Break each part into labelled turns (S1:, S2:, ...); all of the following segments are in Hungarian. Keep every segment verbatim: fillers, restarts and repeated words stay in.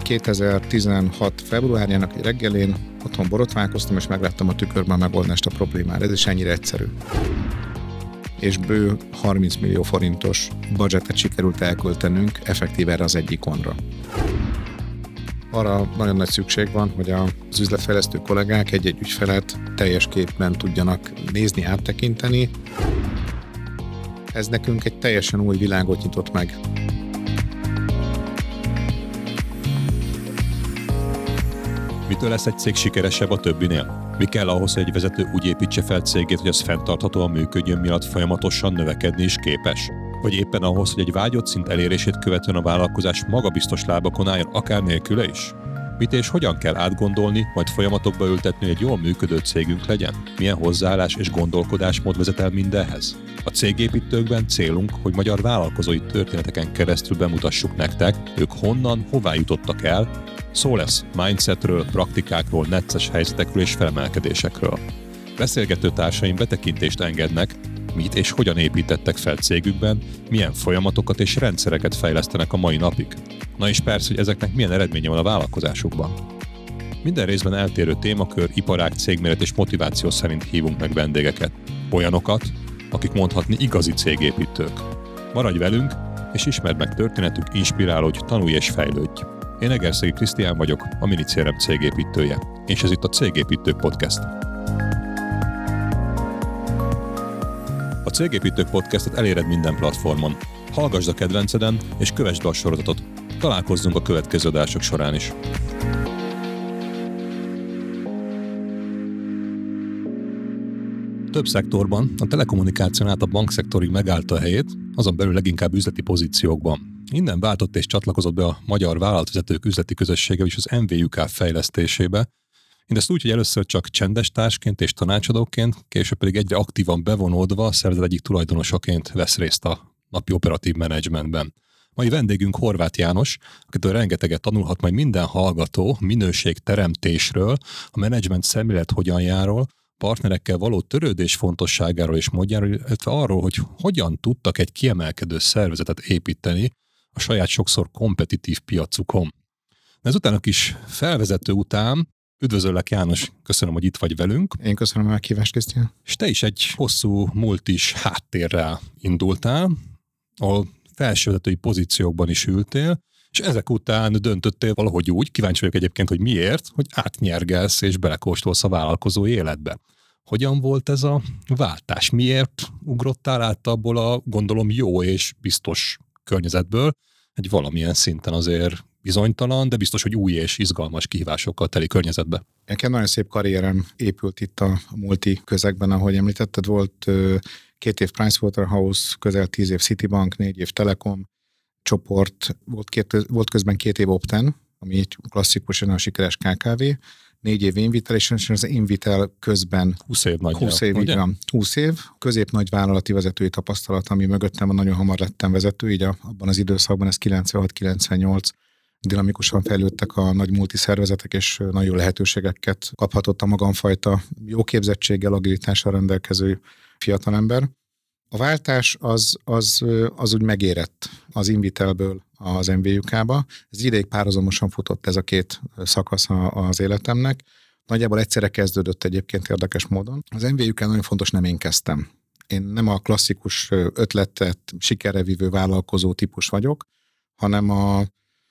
S1: kétezer-tizenhat februárjának egy reggelén otthon borotválkoztam, és megláttam a tükörben a megoldást a problémára. Ez is ennyire egyszerű. És bő harminc millió forintos budgetet sikerült elköltenünk effektív erre az egy ikonra. Arra nagyon nagy szükség van, hogy az üzletfejlesztő kollégák egy-egy ügyfelet teljes képben tudjanak nézni, áttekinteni. Ez nekünk egy teljesen új világot nyitott meg.
S2: Mitől lesz egy cég sikeresebb a többinél? Mi kell ahhoz, hogy egy vezető úgy építse fel cégét, hogy az fenntarthatóan működjön, miatt folyamatosan növekedni is képes? Vagy éppen ahhoz, hogy egy vágyott szint elérését követően a vállalkozás magabiztos lábakon álljon, akár nélküle is? Mit és hogyan kell átgondolni, majd folyamatokba ültetni, hogy egy jól működő cégünk legyen? Milyen hozzáállás és gondolkodásmód vezet el mindenhez? A cégépítőkben célunk, hogy magyar vállalkozói történeteken keresztül bemutassuk nektek, ők honnan, hová jutottak el. Szó lesz mindsetről, praktikákról, necces helyzetekről és felemelkedésekről. Beszélgető társaim betekintést engednek, mit és hogyan építettek fel cégükben, milyen folyamatokat és rendszereket fejlesztenek a mai napig. Na és persze, hogy ezeknek milyen eredménye van a vállalkozásukban. Minden részben eltérő témakör, iparág, cégméret és motiváció szerint hívunk meg vendégeket. Olyanokat, akik mondhatni igazi cégépítők. Maradj velünk, és ismerd meg történetük, inspirálódj, tanulj és fejlődj. Én Egerszegi Krisztián vagyok, a Minicérem cégépítője, és ez itt a Cégépítők Podcast. A Cégépítők Podcastet eléred minden platformon. Hallgasd a kedvenceden, és kövesd be a sorozatot. Találkozzunk a következő adások során is. Több szektorban, a telekommunikáción át a bankszektorig megállta a helyét, azon belül leginkább üzleti pozíciókban. Innen váltott és csatlakozott be a magyar vállalatvezetők üzleti közössége is az em vé u ká fejlesztésébe. Mindezt úgy, hogy először csak csendes társként és tanácsadóként, később pedig egyre aktívan bevonódva a szervezet egyik tulajdonosaként vesz részt a napi operatív menedzsmentben. Mai vendégünk Horváth János, akitől rengeteget tanulhat majd minden hallgató minőségteremtésről, a menedzsment szemlélet hogyanjáról, partnerekkel való törődés fontosságáról és módjáról, illetve arról, hogy hogyan tudtak egy kiemelkedő szervezetet építeni a saját sokszor kompetitív piacukon. Ezután a kis felvezető után üdvözöllek, János, köszönöm, hogy itt vagy velünk.
S1: Én köszönöm a meghívást, Krisztián.
S2: És te is egy hosszú multis háttérrel indultál, ahol felsővezetői pozíciókban is ültél, és ezek után döntöttél valahogy úgy, kíváncsi vagyok egyébként, hogy miért, hogy átnyergelsz és belekóstolsz a vállalkozói életbe. Hogyan volt ez a váltás? Miért ugrottál át abból a, gondolom, jó és biztos környezetből egy valamilyen szinten azért bizonytalan, de biztos, hogy új és izgalmas kihívásokkal teli környezetbe?
S1: Nekem nagyon szép karrierem épült itt a multi közegben, ahogy említetted, volt két év Pricewaterhouse, közel tíz év Citibank, négy év Telekom csoport, volt, két, volt közben két év Opten, ami egy klasszikusan a sikeres ká ká vé, négy év Invitel, és az Invitel közben
S2: húsz év nagy.
S1: húsz év, így van, húsz év, közép-nagy vállalati vezetői tapasztalat, ami mögöttem van, nagyon hamar lettem vezető, így abban az időszakban, ez kilencvenhat kilencvennyolc, dinamikusan fejlődtek a nagy multiszervezetek, és nagyon jó lehetőségeket kaphatott a magamfajta jó képzettséggel, agilitással rendelkező fiatalember. A váltás az, az, az úgy megérett az Invitelből az em vé u ká-ba. Ez ideig párhuzamosan futott ez a két szakasz az életemnek. Nagyjából egyszerre kezdődött egyébként érdekes módon. Az em vé u ká nagyon fontos, nem én kezdtem. Én nem a klasszikus ötletet, sikerre vívő vállalkozó típus vagyok, hanem a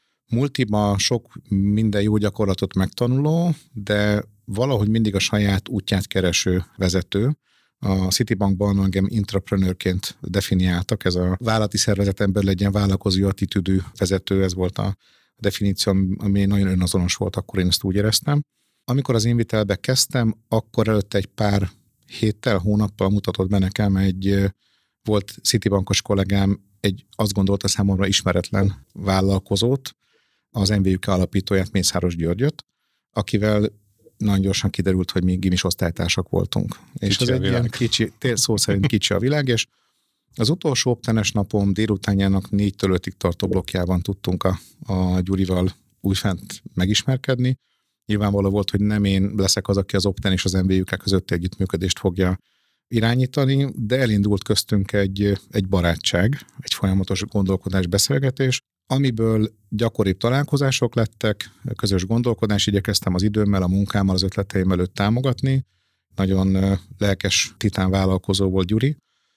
S1: multiba sok minden jó gyakorlatot megtanuló, de valahogy mindig a saját útját kereső vezető. A Citibankban engem intrapreneurként definiáltak, ez a vállalati szervezeten belül egy ilyen vállalkozói attitűdű vezető, ez volt a definíció, ami nagyon önazonos volt, akkor én ezt úgy éreztem. Amikor az Invitelbe kezdtem, akkor előtte egy pár héttel, hónappal mutatott be nekem egy volt Citibankos kollégám, egy azt gondolta számomra ismeretlen vállalkozót, az em vé u ká alapítóját, Mészáros Györgyöt, akivel nagyon gyorsan kiderült, hogy mi gimis osztálytársak voltunk. Kicsi és az egy világ. Ilyen kicsi, szó szerint kicsi a világ, és az utolsó optenes napom délutánjának négytől ötig tartó blokkjában tudtunk a, a Gyurival újfent megismerkedni. Nyilvánvaló volt, hogy nem én leszek az, aki az opten és az em vé u ká közötti együttműködést fogja irányítani, de elindult köztünk egy, egy barátság, egy folyamatos gondolkodás, beszélgetés, amiből gyakoribb találkozások lettek, közös gondolkodás, igyekeztem az időmmel, a munkámmal, az ötleteim előtt támogatni. Nagyon lelkes titán vállalkozó volt Gyuri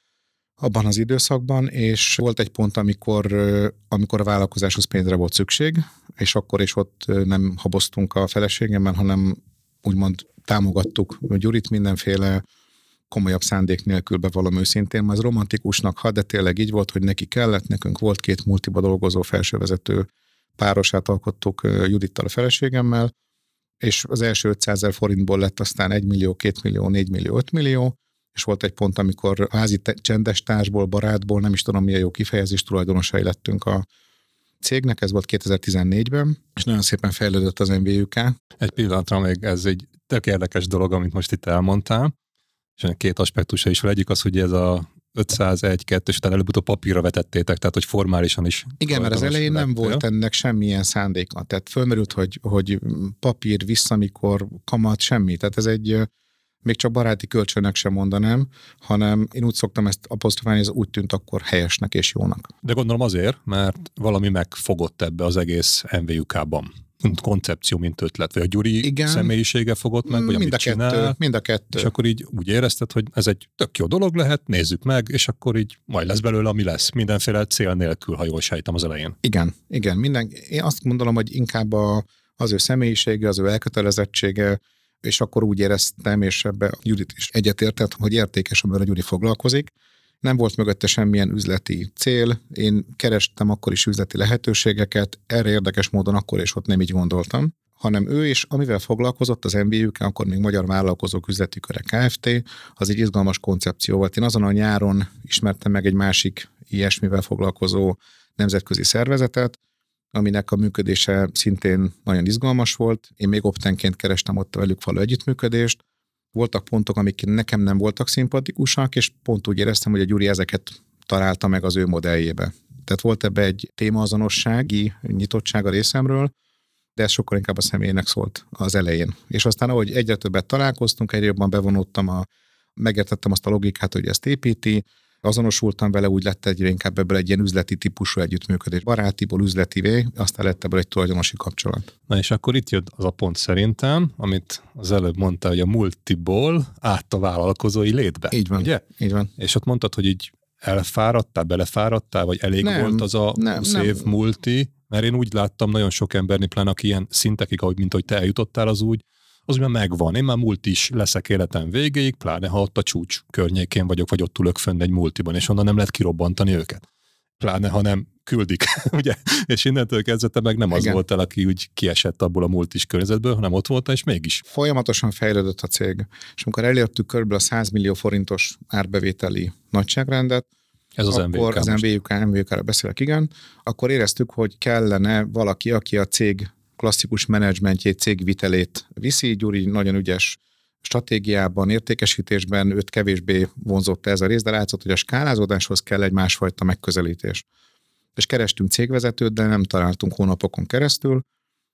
S1: abban az időszakban, és volt egy pont, amikor, amikor a vállalkozáshoz pénzre volt szükség, és akkor is ott nem haboztunk a feleségemmel, hanem úgymond támogattuk Gyurit mindenféle komolyabb szándék nélkül, bevallom őszintén, mert ez romantikusnak hat, de tényleg így volt, hogy neki kellett, nekünk volt két multiba dolgozó felsővezető párosát alkottuk Judittal, a feleségemmel, és az első ötszázezer forintból lett aztán egy millió, két millió, négy millió, öt millió, és volt egy pont, amikor házi te- csendes társból, barátból, nem is tudom milyen jó kifejezés, tulajdonosai lettünk a cégnek, ez volt kétezer-tizennégyben, és nagyon szépen fejlődött az em vé u ká.
S2: Egy pillanatra még ez egy tök érdekes dolog, amit most itt elmondtál, és két aspektusa is van. Egyik az, hogy ez a ötszázegy kettő, és utána előbb-utóbb papírra vetettétek, tehát hogy formálisan is.
S1: Igen, mert az elején nem volt ennek semmilyen szándéka. Tehát fölmerült, hogy, hogy papír, visszamikor, kamat, semmi. Tehát ez egy, még csak baráti kölcsönnek sem mondanám, hanem én úgy szoktam ezt apostrofálni, ez úgy tűnt akkor helyesnek és jónak.
S2: De gondolom azért, mert valami megfogott ebbe az egész em vé u ká-ban. Koncepció, mint ötlet, vagy a Gyuri igen, személyisége fogott meg, vagy
S1: mind
S2: amit
S1: a kettő,
S2: csinál.
S1: Mind a kettő.
S2: És akkor így úgy érezted, hogy ez egy tök jó dolog lehet, nézzük meg, és akkor így majd lesz belőle, ami lesz. Mindenféle cél nélkül, ha jól sejtem az elején.
S1: Igen, igen. Minden, én azt gondolom, hogy inkább a, az ő személyisége, az ő elkötelezettsége, és akkor úgy éreztem, és ebbe Judit is egyetértett, hogy értékes, amivel a Gyuri foglalkozik. Nem volt mögötte semmilyen üzleti cél, én kerestem akkor is üzleti lehetőségeket, erre érdekes módon akkor és ott nem így gondoltam, hanem ő is, amivel foglalkozott az em vé u ká, akkor még Magyar Vállalkozók Üzleti Köre Kft., az egy izgalmas koncepció volt. Én azon a nyáron ismertem meg egy másik ilyesmivel foglalkozó nemzetközi szervezetet, aminek a működése szintén nagyon izgalmas volt. Én még optenként kerestem ott velük való együttműködést. Voltak pontok, amik nekem nem voltak szimpatikusak, és pont úgy éreztem, hogy a Gyuri ezeket találta meg az ő modelljébe. Tehát volt ebbe egy témaazonossági nyitottság a részemről, de ez sokkal inkább a személynek szólt az elején. És aztán, ahogy egyre többet találkoztunk, egyre jobban bevonódtam, a, megértettem azt a logikát, hogy ezt építi, azonosultam vele, úgy lett egyre inkább ebből egy ilyen üzleti típusú együttműködés. Barátiból üzletivé, aztán lett ebből egy tulajdonosi kapcsolat.
S2: Na és akkor itt jött az a pont szerintem, amit az előbb mondta, hogy a multiból át a vállalkozói létbe.
S1: Így van,
S2: ugye?
S1: Így van.
S2: És ott mondtad, hogy így elfáradtál, belefáradtál, vagy elég nem, volt az a nem, húsz év nem. multi, mert én úgy láttam nagyon sok emberni, pláne aki ilyen szintekig, ahogy mint hogy te eljutottál, az úgy, az már megvan. Én már multi is leszek életem végéig, pláne ha ott a csúcs környékén vagyok, vagy ott ülök fönn egy multiban, és onnan nem lehet kirobbantani őket. Pláne ha nem küldik, ugye? És innentől kezdve te meg nem az Igen. voltál, aki úgy kiesett abból a multis környezetből, hanem ott voltál, és mégis.
S1: Folyamatosan fejlődött a cég. És amikor elértük körülbelül a száz millió forintos árbevételi nagyságrendet,
S2: ez az em vé u ká
S1: az em vé u ká, em vé u ká-ra beszélek, igen, akkor éreztük, hogy kellene valaki, aki a cég klasszikus menedzsmentjét, cégvitelét viszi. Gyuri nagyon ügyes stratégiában, értékesítésben, őt kevésbé vonzott ez a rész, de látszott, hogy a skálázódáshoz kell egy másfajta megközelítés. És kerestünk cégvezetőt, de nem találtunk hónapokon keresztül.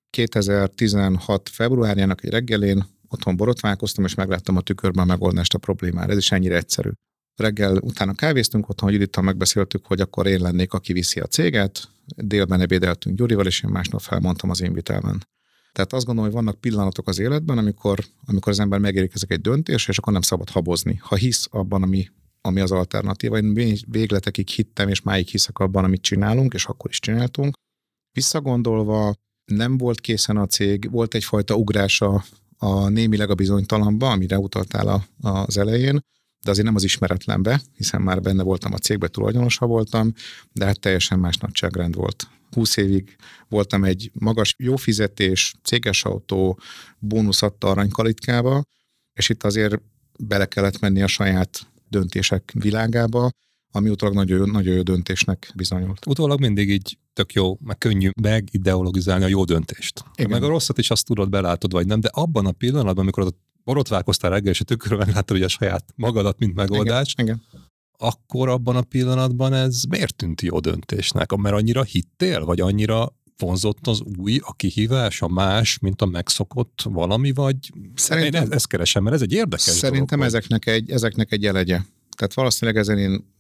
S1: kétezer-tizenhat februárjának egy reggelén otthon borotválkoztam, és megláttam a tükörben a megoldást a problémára. Ez is ennyire egyszerű. Reggel utána kávéztünk otthon, hogy Judittal megbeszéltük, hogy akkor én lennék, aki viszi a céget. Délben ebédeltünk Gyurival, és én másnap felmondtam az Invitelben. Tehát azt gondolom, hogy vannak pillanatok az életben, amikor, amikor az ember megérkezik egy döntésre, és akkor nem szabad habozni. Ha hisz abban, ami, ami az alternatíva. Én végletekig hittem, és máig hiszek abban, amit csinálunk, és akkor is csináltunk. Visszagondolva nem volt készen a cég, volt egyfajta ugrása a némileg a bizonytalanba, amire utaltál a, az elején, de azért nem az ismeretlenbe, hiszen már benne voltam a cégbe, tulajdonosa voltam, de hát teljesen más nagyságrend volt. húsz évig voltam egy magas, jó fizetés, céges autó, bónusz adta aranykalitkába, és itt azért bele kellett menni a saját döntések világába, ami utólag nagyon, nagyon jó döntésnek bizonyult.
S2: Utólag mindig így tök jó, meg könnyű megideologizálni a jó döntést. Meg a rosszat is azt tudod, belátod, vagy nem, de abban a pillanatban, amikor a borotválkoztál reggel, és a tükörben meglátod, hogy a saját magadat, mint megoldás,
S1: igen, igen.
S2: Akkor abban a pillanatban ez miért tűnt jó döntésnek? Mert annyira hittél, vagy annyira vonzott az új, a kihívás, a más, mint a megszokott valami, vagy szerintem, én ezt keresem, mert ez egy érdekes
S1: Szerintem
S2: dolog,
S1: ezeknek egy, ezeknek egy jelegye. Tehát valószínűleg ezen én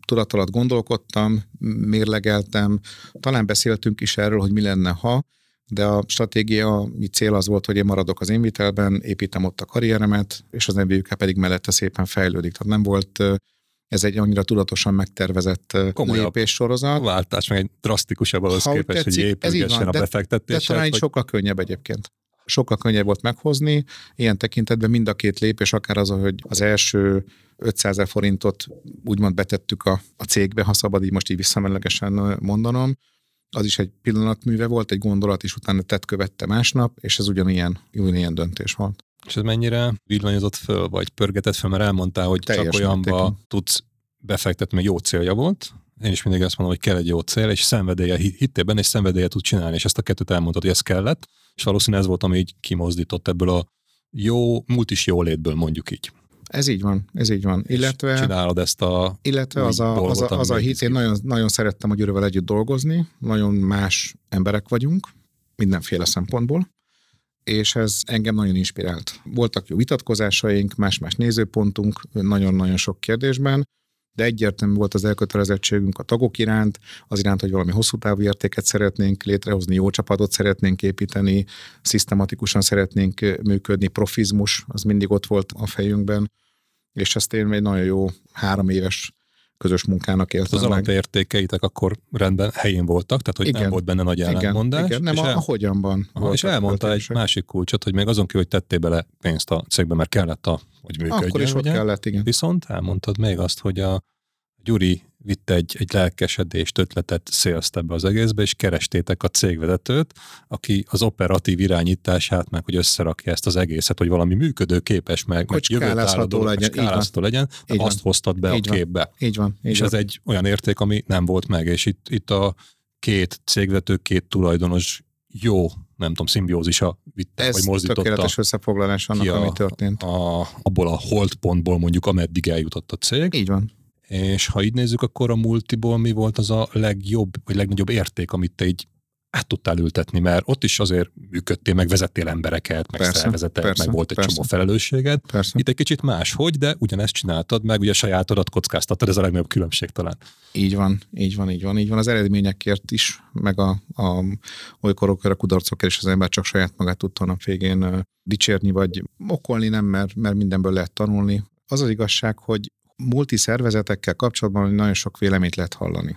S1: tudat alatt gondolkodtam, mérlegeltem, talán beszéltünk is erről, hogy mi lenne, ha, de a stratégia, mi cél az volt, hogy én maradok az Invitelben, építem ott a karrieremet, és az em vé u ká pedig mellette szépen fejlődik. Tehát nem volt ez egy annyira tudatosan megtervezett lépéssorozat.
S2: A váltás meg egy drasztikusabb ahhoz ha képest, tetszik, hogy épülgessen a befektetések.
S1: De talán így
S2: hogy...
S1: sokkal könnyebb egyébként. Sokkal könnyebb volt meghozni. Ilyen tekintetben mind a két lépés, akár az, hogy az első ötszázezer forintot úgymond betettük a, a cégbe, ha szabad így most így visszamenőlegesen mondanom, az is egy pillanatműve volt, egy gondolat, és utána tett követte másnap, és ez ugyanilyen, ugyanilyen döntés volt.
S2: És ez mennyire villanyozott föl, vagy pörgetett föl, mert elmondtál, hogy teljes csak olyanba mértékben tudsz befektetni, mert jó célja volt. Én is mindig azt mondom, hogy kell egy jó cél, és szenvedélye hittében, és szenvedélye tud csinálni, és ezt a kettőt elmondtad, hogy ez kellett, és valószínűleg ez volt, ami így kimozdított ebből a jó, multis jólétből, mondjuk így.
S1: Ez így van, ez így van. Illetve,
S2: és csinálod ezt a...
S1: Illetve az a, dolgot, az a, az a hit, én nagyon, nagyon szerettem a Gyurival együtt dolgozni, nagyon más emberek vagyunk, mindenféle szempontból, és ez engem nagyon inspirált. Voltak jó vitatkozásaink, más-más nézőpontunk, nagyon-nagyon sok kérdésben, de egyértelmű volt az elkötelezettségünk a tagok iránt, az iránt, hogy valami hosszú távú értéket szeretnénk létrehozni, jó csapatot szeretnénk építeni, szisztematikusan szeretnénk működni, profizmus, az mindig ott volt a fejünkben, és ezt én egy nagyon jó három éves közös munkának éltem
S2: az
S1: meg.
S2: Az alapértékeitek akkor rendben helyén voltak, tehát hogy igen, nem volt benne nagy ellentmondás.
S1: Igen, nem,
S2: és
S1: a,
S2: el...
S1: a hogyanban.
S2: Aha, és elmondta egy másik kulcsot, hogy még azon kívül, hogy tettél bele pénzt a cégbe, mert kellett a, hogy működjön.
S1: Akkor is ott kellett, igen.
S2: Viszont elmondtad még azt, hogy a Gyuri vitte egy, egy lelkesedést, ötletet, szélzt ebbe az egészbe, és kerestétek a cégvezetőt, aki az operatív irányítását, meg hogy összerakja ezt az egészet, hogy valami működőképes, meg,
S1: hogy skálázható legyen,
S2: skálázható legyen, de azt hoztad be
S1: így
S2: a képbe.
S1: Így van. Így
S2: és
S1: van.
S2: ez egy olyan érték, ami nem volt meg, és itt, itt a két cégvezető, két tulajdonos jó, nem tudom, szimbiózisa vitte,
S1: ez
S2: vagy mozdította.
S1: Ez tökéletes összefoglalás annak,
S2: a,
S1: ami történt.
S2: A, abból a holdpontból mondjuk, ameddig eljutott a cég.
S1: Így van.
S2: És ha így nézzük, akkor a multiból mi volt az a legjobb, vagy legnagyobb érték, amit te így át tudtál ültetni, mert ott is azért működtél, meg vezettél embereket, meg persze, szervezetet, persze, meg volt egy persze. csomó felelősséged. Persze. Itt egy kicsit máshogy, de ugyanezt csináltad, meg ugye sajátodat kockáztattad, ez a legnagyobb különbség talán.
S1: Így van, így van, így van, így van. Az eredményekért is, meg a, a olykorokért, a kudarcokért is az ember csak saját magát tudta a nap végén dicsérni, vagy okolni, nem, mert, mert mindenből lehet tanulni. Az az igazság, hogy multiszervezetekkel kapcsolatban nagyon sok véleményt lehet hallani.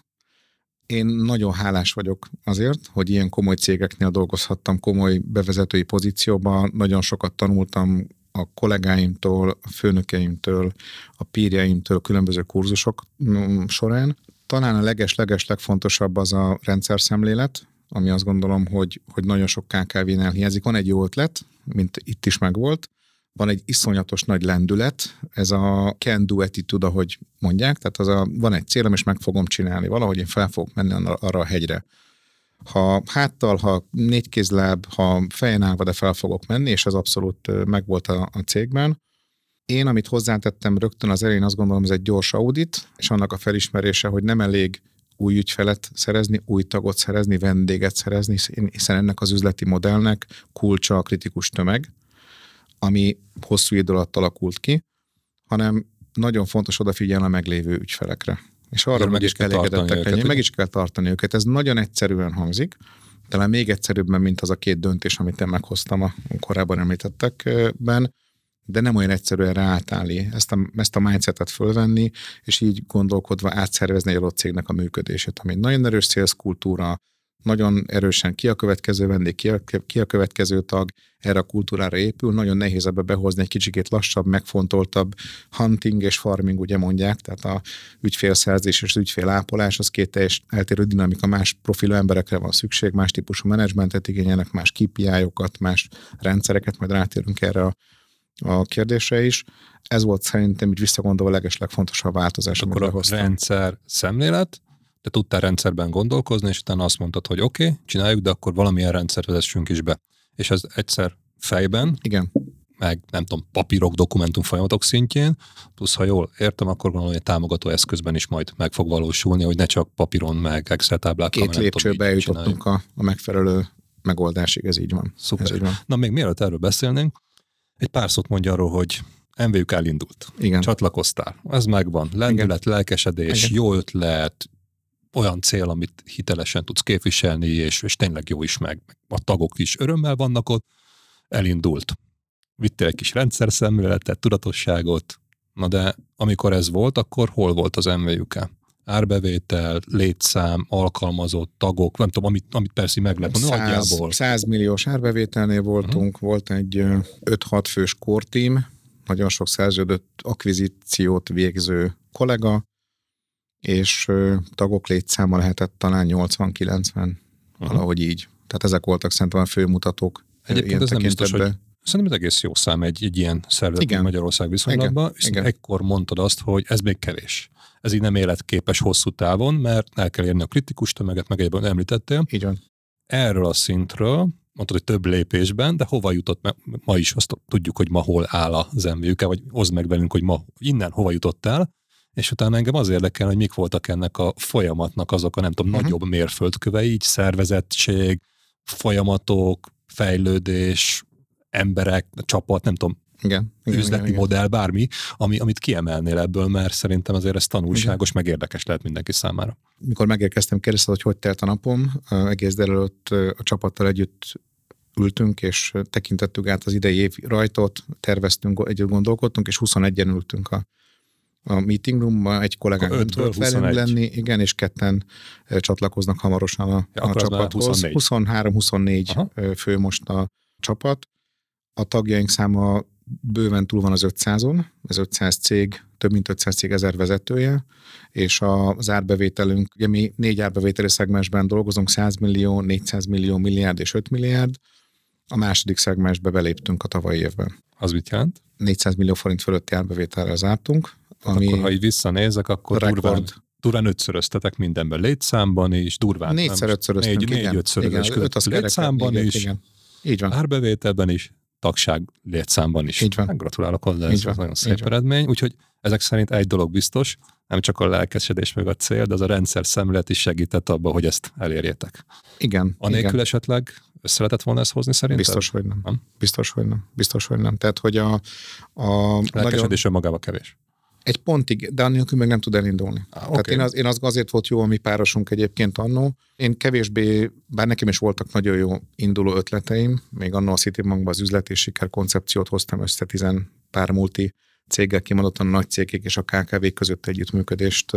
S1: Én nagyon hálás vagyok azért, hogy ilyen komoly cégeknél dolgozhattam, komoly bevezetői pozícióban, nagyon sokat tanultam a kollégáimtól, a főnökeimtől, a pírjaimtől, különböző kurzusok során. Talán a leges-leges legfontosabb az a rendszerszemlélet, ami azt gondolom, hogy, hogy nagyon sok ká ká vé-nél hiányzik. Van egy jó ötlet, mint itt is megvolt, van egy iszonyatos nagy lendület, ez a can do attitude, ahogy mondják, tehát az a, van egy célom, és meg fogom csinálni, valahogy én fel fogok menni arra a hegyre. Ha háttal, ha négykézláb, ha fejen állva, de fel fogok menni, és ez abszolút megvolt a, a cégben. Én, amit hozzátettem rögtön az elején, azt gondolom, ez egy gyors audit, és annak a felismerése, hogy nem elég új ügyfelet szerezni, új tagot szerezni, vendéget szerezni, hiszen ennek az üzleti modellnek kulcsa a kritikus tömeg, ami hosszú idő alatt alakult ki, hanem nagyon fontos odafigyelni a meglévő ügyfelekre. És arra,
S2: meg is kell tartani őket.
S1: Meg is kell tartani őket. Ez nagyon egyszerűen hangzik, talán még egyszerűbben, mint az a két döntés, amit én meghoztam a korábban említettekben, de nem olyan egyszerűen ráátállni, ezt a, ezt a mindsetet fölvenni, és így gondolkodva átszervezni egy adott cégnek a működését, ami nagyon erős sales kultúra, nagyon erősen ki a következő vendég, ki a, ki a következő tag, erre a kultúrára épül, nagyon nehéz ebbe behozni egy kicsikét lassabb, megfontoltabb hunting és farming, ugye mondják, tehát a ügyfélszerzés és az ügyfélápolás, az két teljes eltérő dinamika, más profilú emberekre van szükség, más típusú menedzsmentet igényelnek, más ká pé í-okat, más rendszereket, majd rátérünk erre a, a kérdésre is. Ez volt szerintem így visszagondolva a legeslegfontosabb változás.
S2: Akkor a rendszer szemlélet, de tudtál rendszerben gondolkozni, és utána azt mondtad, hogy oké, okay, csináljuk, de akkor valamilyen rendszert vezessünk is be. És ez egyszer fejben,
S1: igen,
S2: meg nem tudom, papírok, dokumentum folyamatok szintjén, plusz ha jól értem, akkor valami támogató eszközben is majd meg fog valósulni, hogy ne csak papíron, meg Excel táblákkal.
S1: Két lépcsőbe eljutottunk a, a megfelelő megoldásig, ez így van.
S2: Szuper.
S1: Ez így van.
S2: Na még mielőtt erről beszélnénk, egy pár szót mondja arról, hogy em vé ük elindult.
S1: Igen.
S2: Csatlakoztál. Ez megvan. Lendület,
S1: Igen.
S2: lelkesedés, Igen. jó ötlet, olyan cél, amit hitelesen tudsz képviselni, és, és tényleg jó is meg. A tagok is örömmel vannak ott. Elindult. Vittél egy kis rendszerszemléletet, tudatosságot. Na de amikor ez volt, akkor hol volt az em vé ük? Árbevétel, létszám, alkalmazott, tagok, nem tudom, amit, amit persze meg lehet mondani, nagyjából.
S1: száz milliós árbevételnél voltunk, uh-huh. volt egy öt-hat fős core team, nagyon sok szerződött akvizíciót végző kollega, és tagok létszáma lehetett talán nyolcvan-kilencven, uh-huh. valahogy így. Tehát ezek voltak szerintem a főmutatók.
S2: Egyébként ez nem biztos, hogy szerintem ez egész jó szám egy, egy ilyen szervezet Magyarország viszonylatban, és ekkor mondtad azt, hogy ez még kevés. Ez így nem életképes hosszú távon, mert el kell érni a kritikus tömeget, meg egyben említettél.
S1: Így van.
S2: Erről a szintről, mondtad, hogy több lépésben, de hova jutott, ma is azt tudjuk, hogy ma hol áll az em vé ük, vagy oszd meg velünk, hogy ma innen hova jutottál, és utána engem az érdekel, hogy mik voltak ennek a folyamatnak azok a nem tudom, uh-huh. nagyobb mérföldkövei, így szervezettség, folyamatok, fejlődés, emberek, csapat, nem tudom,
S1: igen, igen,
S2: üzleti
S1: igen,
S2: modell, bármi, ami, amit kiemelnél ebből, mert szerintem azért ez tanulságos, igen. meg érdekes lehet mindenki számára.
S1: Mikor megérkeztem, kérdezted, hogy hogy telt a napom, egész délelőtt a csapattal együtt ültünk, és tekintettük át az idei év rajtot, terveztünk, együtt gondolkodtunk, és huszonegyen ültünk a, a meeting roomba, egy kollégánk nem tudott velünk lenni, igen, és ketten csatlakoznak hamarosan a, ja, a csapathoz. huszonhárom-huszonnégy fő most a csapat. A tagjaink száma bőven túl van az ötszázon, ez ötszáz cég, több mint ötszáz cég ezer vezetője, és az árbevételünk, ugye mi négy árbevételi szegmensben dolgozunk, száz millió, négyszáz millió, milliárd és öt milliárd. A második szegmensbe beléptünk a tavalyi évben.
S2: Az mit jelent?
S1: négyszáz millió forint fölötti árbevételre zártunk.
S2: Ami akkor ha így visszanézek, akkor durván, durván ötszöröztetek mindenben, létszámban is, durván.
S1: Négyszer ötszöröztünk,
S2: négy,
S1: igen.
S2: Négy ötszörözés között létszámban is, igen.
S1: Így van.
S2: Árbevételben is, tagság létszámban is.
S1: Így van.
S2: Gratulálok hozzá, ez nagyon szép Így eredmény. Van. Úgyhogy ezek szerint egy dolog biztos, nem csak a lelkesedés meg a cél, de az a rendszer szemlélet is segített abban, hogy ezt elérjétek.
S1: Igen.
S2: Anélkül
S1: igen.
S2: esetleg össze lehetett volna ezt hozni szerinted?
S1: Biztos, hogy nem. nem. Biztos, hogy nem. Biztos, hogy nem. Tehát, hogy a... a
S2: lelkesedés önmagában kevés.
S1: Egy pontig, de annélkül meg nem tud elindulni. Ah, Tehát okay. én, az, én az azért volt jó a mi párosunk egyébként annó. Én kevésbé, bár nekem is voltak nagyon jó induló ötleteim, még annó a Citibankban az üzlet és siker koncepciót hoztam össze tizen pár multi céggel, kimondottan nagy cégek és a ká ká vé között együttműködést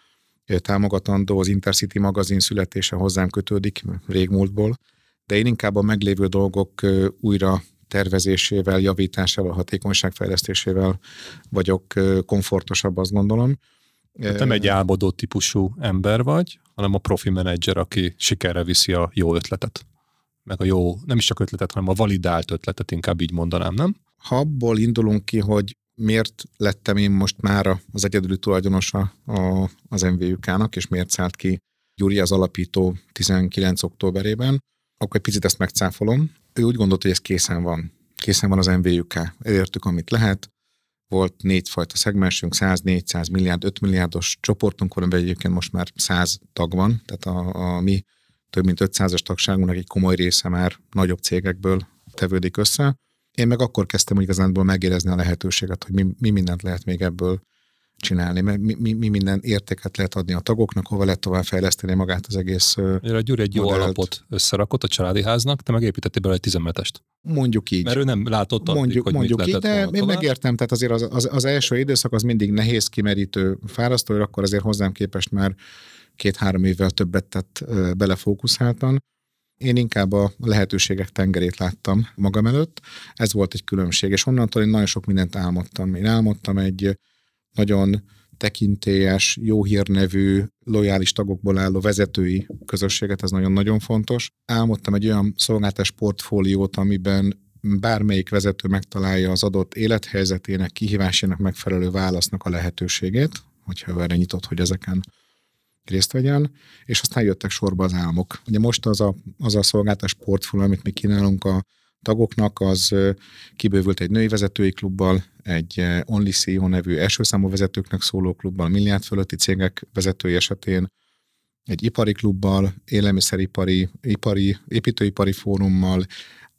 S1: támogatandó. Az Intercity magazin születése hozzám kötődik régmúltból, de én inkább a meglévő dolgok újra tervezésével, javításával, hatékonyságfejlesztésével vagyok komfortosabb, azt gondolom.
S2: Tehát nem egy álmodó típusú ember vagy, hanem a profi menedzser, aki sikerre viszi a jó ötletet. Meg a jó, nem is csak ötletet, hanem a validált ötletet, inkább így mondanám, nem?
S1: Ha abból indulunk ki, hogy miért lettem én most mára az egyedüli tulajdonosa a, az em vé ük-nak, és miért szállt ki Gyuri, az alapító tizenkilenc októberében, akkor egy picit ezt megcáfolom. Ő úgy gondolt, hogy ez készen van. Készen van az em vé ük. Elértük, amit lehet. Volt négyfajta szegmensünk, száz, négyszáz milliárd, öt milliárdos csoportunk van, amiben egyébként most már száz tag van, tehát a, a mi több mint ötszázas tagságunknak egy komoly része már nagyobb cégekből tevődik össze. Én meg akkor kezdtem igazánból megérezni a lehetőséget, hogy mi, mi mindent lehet még ebből csinálni, mert mi, mi, mi minden értéket lehet adni a tagoknak, hova lehet tovább fejleszteni magát az egész
S2: a Gyuri egy jó modellt. Alapot összerakott a családi háznak, te meg építettél bele egy tizenmetest.
S1: Mondjuk így.
S2: Mert ő nem látott addig,
S1: mondjuk,
S2: hogy
S1: mondjuk
S2: mit
S1: így, de én
S2: tovább.
S1: megértem, tehát azért az, az, az első időszak az mindig nehéz, kimerítő, fárasztó, akkor azért hozzám képest már két-három évvel többet tett belefókuszáltan. Én inkább a lehetőségek tengerét láttam magam előtt, ez volt egy különbség, és onnantól én nagyon sok mindent álmodtam. Én álmodtam egy nagyon tekintélyes, jó hírnevű, lojális tagokból álló vezetői közösséget, ez nagyon-nagyon fontos. Álmodtam egy olyan szolgáltatás portfóliót, amiben bármelyik vezető megtalálja az adott élethelyzetének, kihívásának megfelelő válasznak a lehetőségét, hogyha erre nyitott, hogy ezeken részt vegyen, és aztán jöttek sorba az álmok. Ugye most az a, az a szolgáltatás portfólió, amit mi kínálunk a tagoknak, az kibővült egy női vezetői klubbal, egy Only cé e o nevű első számú vezetőknek szóló klubbal, milliárd fölötti cégek vezetői esetén, egy ipari klubbal, élelmiszeripari, ipari, építőipari fórummal,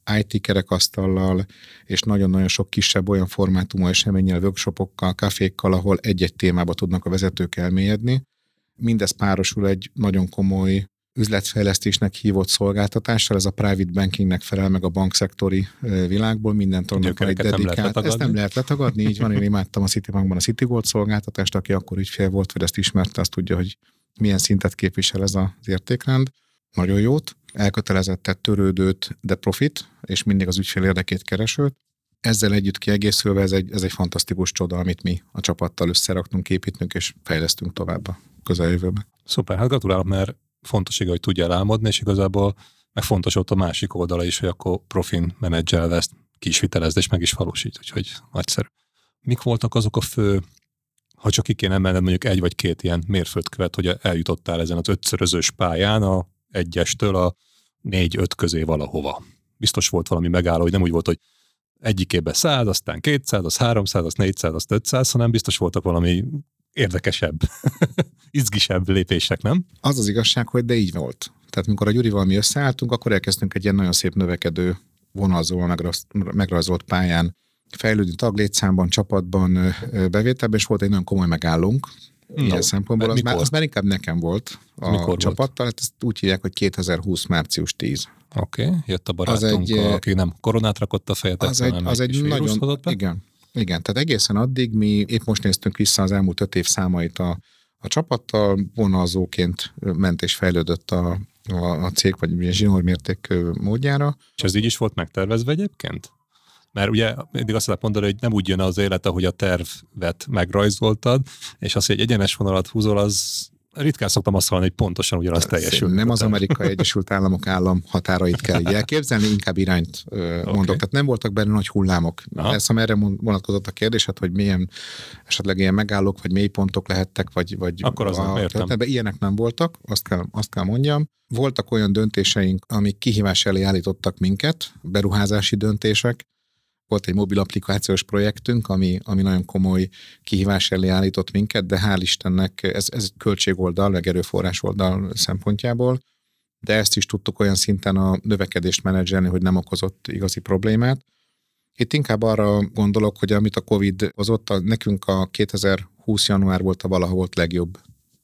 S1: i té kerekasztallal, és nagyon-nagyon sok kisebb olyan formátumú eseménnyel, workshopokkal, kafékkal, ahol egy-egy témába tudnak a vezetők elmélyedni. Mindez párosul egy nagyon komoly üzletfejlesztésnek hívott szolgáltatással, ez a private bankingnek felel meg a bankszektori világból, mindent onnan van egy dedikált. Ezt nem lehet letagadni, így van, én imádtam a Citibankban a Citigold szolgáltatást, aki akkor ügyfél volt, vagy ezt ismerte, azt tudja, hogy milyen szintet képvisel ez az értékrend. Nagyon jót, elkötelezettet, törődőt, de profit, és mindig az ügyfél érdekét keresőt. Ezzel együtt kiegészülve ez egy, ez egy fantasztikus csoda, amit mi a csapattal összeraktunk, építünk és fejlesztünk tovább a közeljövőben.
S2: Szuper, hát gratulálok, mert fontos, hogy tudjál álmodni, és igazából meg fontos ott a másik oldala is, hogy akkor profin menedzselve ezt ki is vitelezd, és meg is valósít, úgyhogy nagyszerű. Mik voltak azok a fő, ha csak ki kéne emelned mondjuk egy vagy két ilyen mérföldkövet, hogy eljutottál ezen az ötszörözős pályán a egyestől a négy-öt közé valahova. Biztos volt valami megálló, hogy nem úgy volt, hogy egyik évben száz, aztán kétszáz, az háromszáz, az négyszáz, az ötszáz, hanem biztos voltak valami érdekesebb, izgisebb lépések, nem?
S1: Az az igazság, hogy de így volt. Tehát mikor a Gyurival mi összeálltunk, akkor elkezdtünk egy ilyen nagyon szép növekedő vonalzóval megrajzolt pályán fejlődni taglétszámban, csapatban, bevételben, és volt egy nagyon komoly megállónk. No, ilyen szempontból. Az már, az már inkább nekem volt a mikor csapattal, volt? Hát ezt úgy hívják, hogy kétezer-húsz március tíz.
S2: Oké, okay. Jött a barátunk, egy, aki nem koronát rakott a fejet,
S1: az egy, az egy nagyon, igen, igen, tehát egészen addig mi épp most néztünk vissza az elmúlt öt év számait a, a csapattal, vonalzóként ment és fejlődött a, a, a cég, vagy ilyen zsinórmérték módjára.
S2: És ez így is volt megtervezve egyébként? Mert ugye mindig azt lehet mondani, hogy nem úgy jön az élet, ahogy a tervet megrajzoltad, és az, hogy egy egyenes vonalat húzol, az ritkán szoktam azt hallani, hogy pontosan ugyanaz teljesül.
S1: Nem az Amerikai Egyesült Államok állam határait kell így elképzelni, inkább irányt mondok. Okay. Tehát nem voltak benne nagy hullámok. Aha. Ez, erre vonatkozott a kérdés, hát, hogy milyen esetleg ilyen megállók, vagy mélypontok lehettek, vagy, vagy
S2: akkor az nem értem.
S1: Ilyenek nem voltak, azt kell, azt kell mondjam. Voltak olyan döntéseink, amik kihívás elé állítottak minket, beruházási döntések. Volt egy mobil applikációs projektünk, ami, ami nagyon komoly kihívás elé állított minket, de hál' Istennek ez, ez egy költségoldal, meg erőforrás oldal szempontjából, de ezt is tudtuk olyan szinten a növekedést menedzselni, hogy nem okozott igazi problémát. Itt inkább arra gondolok, hogy amit a Covid hozott, a, nekünk a kétezer-húsz január volt a valaha volt legjobb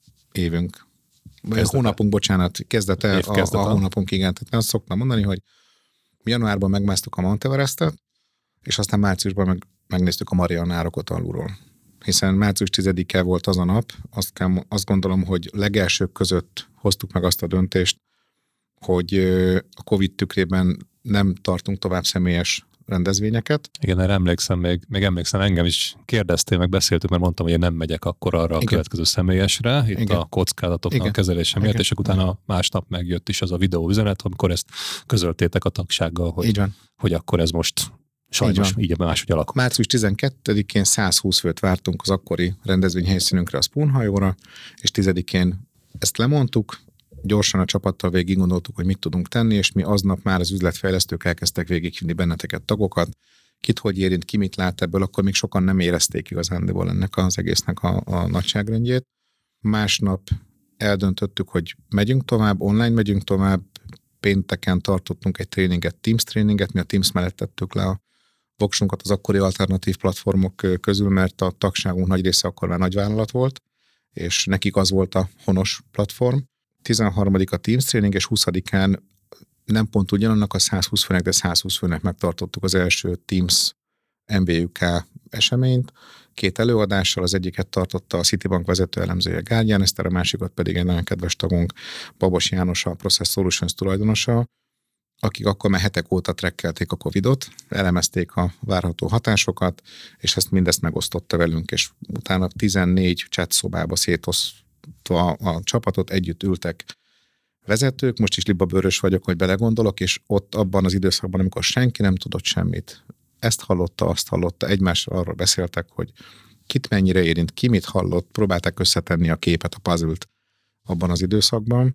S1: évünk. Kezdete. Hónapunk, bocsánat, kezdete, a, a hónapunk, igen. Tehát azt szoktam mondani, hogy januárban megmásztuk a Mount Everestet, és aztán márciusban meg, megnéztük a Marianárokot alulról. Hiszen március tizedike volt az a nap, azt, kell, azt gondolom, hogy legelsők között hoztuk meg azt a döntést, hogy a Covid tükrében nem tartunk tovább személyes rendezvényeket.
S2: Igen, erre emlékszem, még, még emlékszem, engem is kérdeztél, meg beszéltük, mert mondtam, hogy én nem megyek akkor arra a Igen. következő személyesre, itt Igen. a kockázatoknak Igen. a kezelése miatt, és akkor utána másnap megjött is az a videó üzenet, amikor ezt közöltétek a tagsággal, hogy, hogy akkor ez most sajnos így, így máshogy alakul.
S1: március tizenkettedikén százhúsz főt vártunk az akkori rendezvény helyszínünkre, a Spoon hajóra, és tizedikén ezt lemondtuk, gyorsan a csapattal végig gondoltuk, hogy mit tudunk tenni, és mi aznap már az üzletfejlesztők elkezdtek végighívni benneteket, tagokat, kit hogy érint, ki mit lát ebből, akkor még sokan nem érezték igazándiból ennek az egésznek a, a nagyságrendjét. Másnap eldöntöttük, hogy megyünk tovább, online megyünk tovább, pénteken tartottunk egy tréninget, Teams tréninget, mi a Teams mellett tettük le a voksunkat az akkori alternatív platformok közül, mert a tagságunk nagy része akkor már nagyvállalat volt, és nekik az volt a honos platform. tizenharmadika a Teams tréning, és huszadikán nem pont ugyanannak a százhúsz főnek, de százhúsz főnek megtartottuk az első Teams em vé u ká eseményt, két előadással, az egyiket tartotta a Citibank vezető elemzője Gárgyán Eszter, a másikat pedig egy nagyon kedves tagunk, Babos János, a Process Solutions tulajdonosa, akik akkor már hetek óta trekkelték a Covidot, elemezték a várható hatásokat, és ezt mindezt megosztotta velünk, és utána tizennégy chat szobába szétosztva a csapatot, együtt ültek vezetők, most is libabőrös vagyok, hogy belegondolok, és ott abban az időszakban, amikor senki nem tudott semmit, ezt hallotta, azt hallotta, egymásra arról beszéltek, hogy kit mennyire érint, ki mit hallott, próbálták összetenni a képet, a puzzle-t abban az időszakban,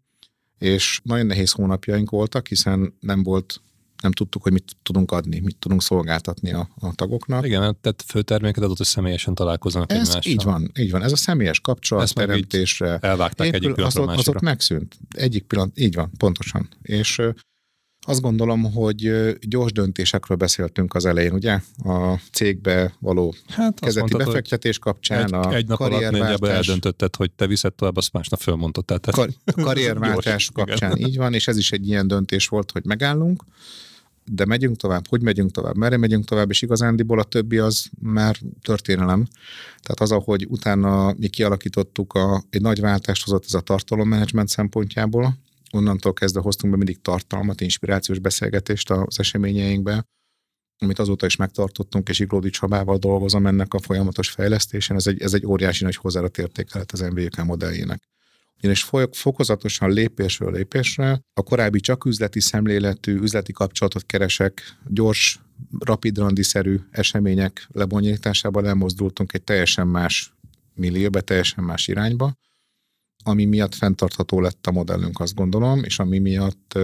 S1: és nagyon nehéz hónapjaink voltak, hiszen nem volt, nem tudtuk, hogy mit tudunk adni, mit tudunk szolgáltatni a, a tagoknak.
S2: Igen, tehát főterméket adott, hogy személyesen találkozzanak
S1: ez
S2: egymással.
S1: Így van, így van. Ez a személyes kapcsolat teremtésre.
S2: Elvágták egyik pillanatról
S1: másra. Az ott megszűnt. Egyik pillanat, így van, pontosan. És Azt gondolom, hogy gyors döntésekről beszéltünk az elején, ugye? A cégbe való
S2: hát
S1: kezdeti
S2: mondtad,
S1: befektetés kapcsán,
S2: egy,
S1: a
S2: egy nap alatt nagyjából eldöntötted, hogy te viszed tovább, azt másnap fölmondtad. Tehát
S1: kar- karrierváltás gyors, kapcsán igen. Így van, és ez is egy ilyen döntés volt, hogy megállunk, de megyünk tovább, hogy megyünk tovább, merre megyünk tovább, és igazándiból a többi az már történelem. Tehát az, ahogy utána mi kialakítottuk, a, egy nagy váltást hozott ez a tartalommenedzsment szempontjából, onnantól kezdve hoztunk be mindig tartalmat, inspirációs beszélgetést az eseményeinkbe, amit azóta is megtartottunk, és Iglódi Csabával dolgozom ennek a folyamatos fejlesztésen. Ez egy, ez egy óriási nagy hozzáadott értéke lett az em vé ká modelljének. Ugyanis fokozatosan lépésről lépésre a korábbi csak üzleti szemléletű, üzleti kapcsolatot keresek, gyors, rapid-randiszerű események lebonyolításában elmozdultunk egy teljesen más millióbe, teljesen más irányba, ami miatt fenntartható lett a modellünk, azt gondolom, és ami miatt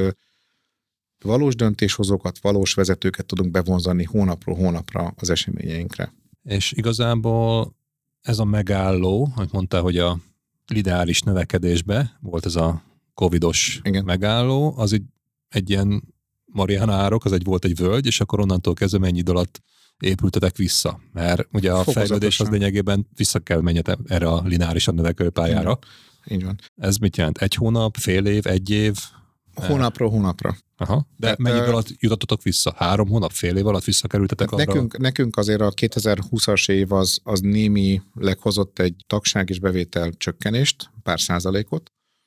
S1: valós döntéshozókat, valós vezetőket tudunk bevonzani hónapról hónapra az eseményeinkre.
S2: És igazából ez a megálló, amit mondtál, hogy a ideális növekedésbe volt ez a covidos igen. megálló, az egy, egy ilyen Mariana árok, az egy volt egy völgy, és akkor onnantól kezdve mennyi idő alatt épültetek vissza? Mert ugye a fejlődés az lényegében vissza kell menjetek erre a lineárisan növekvő pályára.
S1: Igen. Így van.
S2: Ez mit jelent? Egy hónap, fél év, egy év?
S1: Hónapról hónapra.
S2: Aha. De hát, mennyi idő alatt jutottatok vissza? Három hónap, fél év alatt visszakerültetek arra?
S1: Nekünk, nekünk azért a kétezer-húszas év az, az némileg hozott egy tagság és bevétel csökkenést, pár százalékot,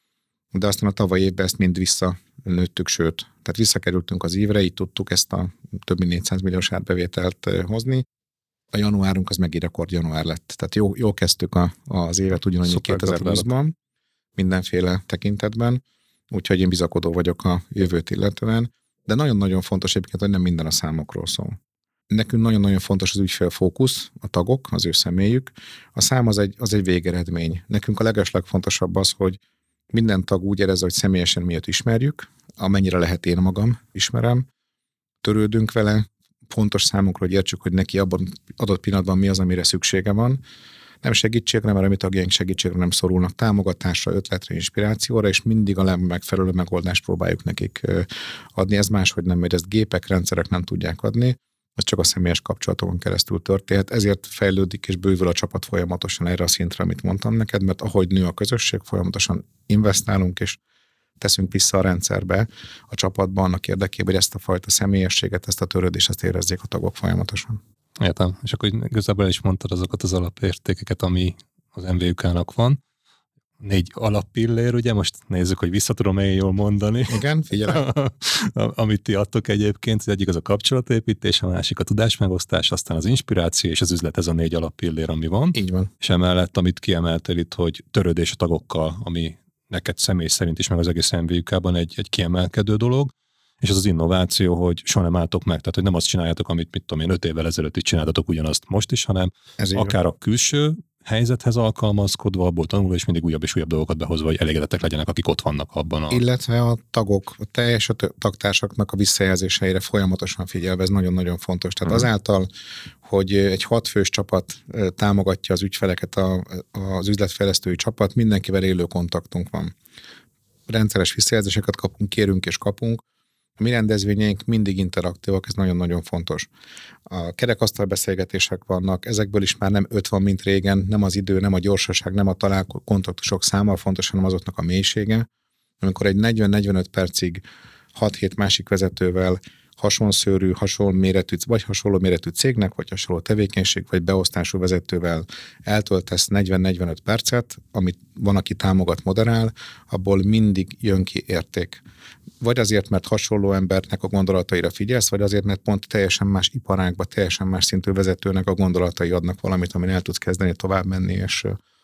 S1: de aztán a tavalyi évben ezt mind visszanőttük, sőt, tehát visszakerültünk az évre, így tudtuk ezt a több mint négyszáz milliós árbevételt hozni. A januárunk az megint rekord január lett. Tehát jó, jó kezdtük a, az évet ugyanannyi kétezer-húszban, mindenféle tekintetben, úgyhogy én bizakodó vagyok a jövőt illetően, de nagyon-nagyon fontos egyébként, hogy nem minden a számokról szól. Nekünk nagyon-nagyon fontos az ügyfélfókusz, a tagok, az ő személyük. A szám az egy, az egy végeredmény. Nekünk a legeslegfontosabb az, hogy minden tag úgy érezze, hogy személyesen miért ismerjük, amennyire lehet én magam ismerem, törődünk vele, fontos számunkra, hogy értsük, hogy neki abban adott pillanatban mi az, amire szüksége van. Nem segítségre, mert a mi tagjaink segítségre nem szorulnak, támogatásra, ötletre, inspirációra, és mindig a legmegfelelőbb megoldást próbáljuk nekik adni. Ez máshogy nem, mert ezt gépek, rendszerek nem tudják adni, ez csak a személyes kapcsolatokon keresztül történhet. Ezért fejlődik és bővül a csapat folyamatosan erre a szintre, amit mondtam neked, mert ahogy nő a közösség, folyamatosan investálunk, és teszünk vissza a rendszerbe, a csapatban annak érdekében, hogy ezt a fajta személyességet, ezt a törődést, ezt érezzék a tagok folyamatosan.
S2: Értem. És akkor igazából el is mondtad azokat az alapértékeket, ami az em vé ká-nak van. Négy alappillér, ugye? Most nézzük, hogy vissza tudom én jól mondani.
S1: Igen, figyelem.
S2: Amit ti adtok egyébként, az egyik az a kapcsolatépítés, a másik a tudásmegosztás, aztán az inspiráció és az üzlet, ez a négy alappillér, ami van.
S1: Így van.
S2: És emellett, amit kiemeltél itt, hogy törődés a tagokkal, ami neked személy szerint is, meg az egész em vé ká-ban egy, egy kiemelkedő dolog, és az az innováció, hogy soha nem álltok meg, tehát hogy nem azt csináljátok, amit mit tudom én, öt évvel ezelőtt itt csináltatok ugyanazt most is, hanem ez akár a külső helyzethez alkalmazkodva, abból tanulva, és mindig újabb és újabb dolgokat behozva, hogy elégedettek legyenek, akik ott vannak abban a...
S1: Illetve a tagok, a teljes tagtársaknak a visszajelzéseire folyamatosan figyelve, ez nagyon-nagyon fontos. Tehát uh-huh. azáltal, hogy egy hatfős csapat támogatja az ügyfeleket, a, az üzletfejlesztői csapat, mindenkivel élő kontaktunk van. Rendszeres visszajelzéseket kapunk, kérünk és kapunk. A mi rendezvényeink mindig interaktívak, ez nagyon-nagyon fontos. A kerekasztal beszélgetések vannak, ezekből is már nem öt van, mint régen, nem az idő, nem a gyorsaság, nem a találkozó kontaktusok száma fontos, hanem azoknak a mélysége. Amikor egy negyven-negyvenöt percig hat-hét másik vezetővel hasonszőrű, hasonló méretű, vagy hasonló méretű cégnek, vagy hasonló tevékenység, vagy beosztású vezetővel eltöltesz negyven-negyvenöt percet, amit van, aki támogat, moderál, abból mindig jön ki érték. Vagy azért, mert hasonló embernek a gondolataira figyelsz, vagy azért, mert pont teljesen más iparágba, teljesen más szintű vezetőnek a gondolatai adnak valamit, amin el tudsz kezdeni tovább menni és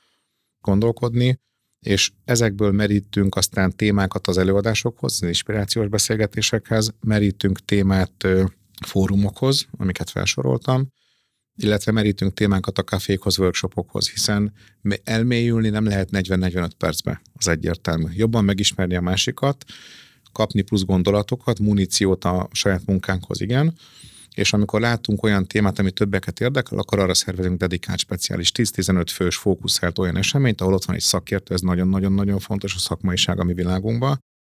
S1: gondolkodni. És ezekből merítünk aztán témákat az előadásokhoz, az inspirációs beszélgetésekhez, merítünk témát fórumokhoz, amiket felsoroltam, illetve merítünk témákat a kafékhoz, workshopokhoz, hiszen elmélyülni nem lehet negyven-negyvenöt percbe, az egyértelmű. Jobban megismerni a másikat, kapni plusz gondolatokat, muníciót a saját munkánkhoz, igen, és amikor látunk olyan témát, ami többeket érdekel, akkor arra szervezünk dedikált speciális tíz-tizenöt fős fókuszált olyan eseményt, ahol ott van egy szakértő, ez nagyon-nagyon-nagyon fontos a szakmaiság a mi világunkban,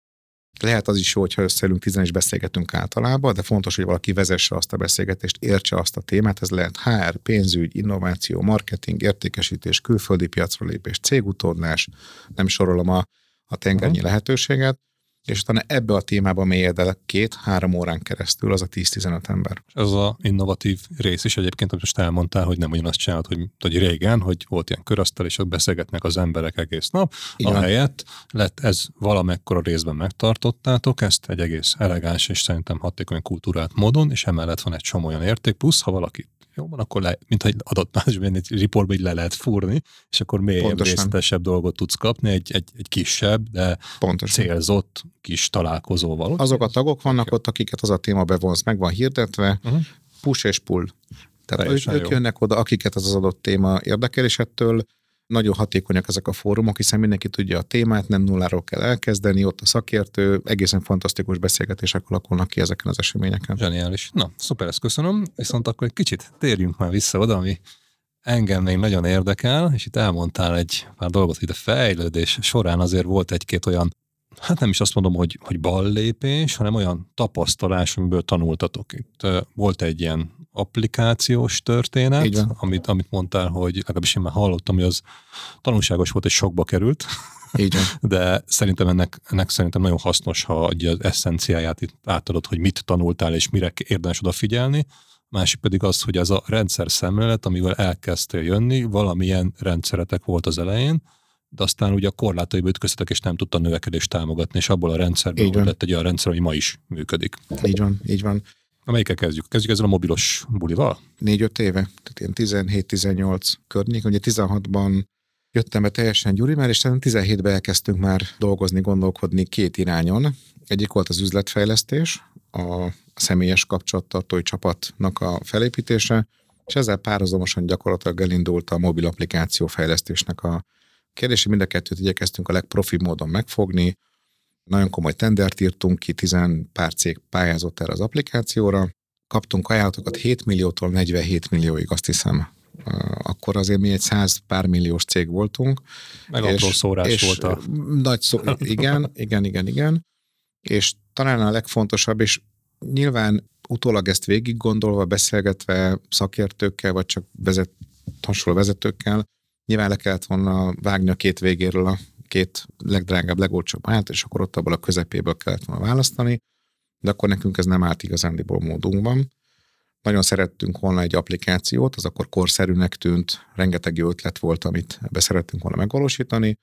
S1: Lehet az is jó, hogyha összeülünk tizen és beszélgetünk általában, de fontos, hogy valaki vezesse azt a beszélgetést, értse azt a témát, ez lehet há er, pénzügy, innováció, marketing, értékesítés, külföldi piacra lépés, cégutódlás, nem sorolom a, a tengernyi uh-huh. lehetőséget, és utána ebbe a témába mélyed el két-három órán keresztül az a tíz-tizenöt ember.
S2: Ez az innovatív rész is egyébként, amit most elmondtál, hogy nem ugyanazt csinált, hogy, hogy régen, hogy volt ilyen körasztal, és ott beszélgetnek az emberek egész nap. Igen. Ahelyett lett ez valamekkora részben megtartottátok, ezt egy egész elegáns és szerintem hatékony kultúrát módon, és emellett van egy csomó olyan érték, plusz ha valaki jó van, akkor le, mint egy adott másban egy riportba így le lehet fúrni, és akkor mélyebb, részletesebb dolgot tudsz kapni, egy, egy, egy kisebb, de Pontosan. célzott kis találkozóval.
S1: Azok a tagok vannak okay. ott, akiket az a téma bevonz, meg van hirdetve, uh-huh. push és pull. Tehát ők, ők jönnek oda, akiket az az adott téma érdekel, és ettől nagyon hatékonyak ezek a fórumok, hiszen mindenki tudja a témát, nem nulláról kell elkezdeni, ott a szakértő, egészen fantasztikus beszélgetések alakulnak ki ezeken az eseményeken.
S2: Zseniális. Na, szuper, ezt köszönöm, viszont akkor egy kicsit térjünk már vissza oda, ami engem még nagyon érdekel, és itt elmondtál egy pár dolgot, hogy a fejlődés során azért volt egy-két olyan, hát nem is azt mondom, hogy, hogy ballépés, hanem olyan tapasztalás, amiből tanultatok. Itt volt egy ilyen applikációs történet, amit, amit mondtál, hogy legalábbis én már hallottam, hogy az tanulságos volt és sokba került,
S1: Így van.
S2: de szerintem ennek, ennek szerintem nagyon hasznos, ha az eszenciáját itt átadod, hogy mit tanultál és mire érdemes odafigyelni. Másik pedig az, hogy ez a rendszer szemlélet, amivel elkezdtél jönni, valamilyen rendszeretek volt az elején, de aztán ugye a korlátaiba ütköztetek, és nem tudta a növekedést támogatni, és abból a rendszerből lett egy olyan rendszer, ami ma is működik.
S1: Így van, így van.
S2: Melyikkel kezdjük? Kezdjük ezzel a mobilos bulival?
S1: Négy-öt éve, tehát ilyen tizenhét-tizennyolc környék. Ugye tizenhatban jöttem be teljesen Gyurimmel, és tizenhétben elkezdtünk már dolgozni, gondolkodni két irányon. Egyik volt az üzletfejlesztés, a személyes kapcsolattartói csapatnak a felépítése, és ezzel párhuzamosan gyakorlatilag elindult a mobil applikáció fejlesztésnek a kérdése. Mind a kettőt igyekeztünk a legprofibb módon megfogni. Nagyon komoly tendert írtunk ki, tizen pár cég pályázott erre az applikációra. Kaptunk ajánlatokat hét milliótól negyvenhét millióig, azt hiszem. Akkor azért mi egy száz pár milliós cég voltunk.
S2: Meg apró szórás volt a...
S1: Nagy szó, igen, igen, igen, igen. És talán a legfontosabb, és nyilván utólag ezt végig gondolva, beszélgetve szakértőkkel, vagy csak vezet, hasonló vezetőkkel, nyilván le kellett volna vágni a két végéről a két legdrágább, legolcsóbb állt, és akkor ott abból a közepéből kellett volna választani, de akkor nekünk ez nem állt igazándiból módunkban. Nagyon szerettünk volna egy applikációt, az akkor korszerűnek tűnt, rengeteg jó ötlet volt, amit ebbe szerettünk volna megvalósítani,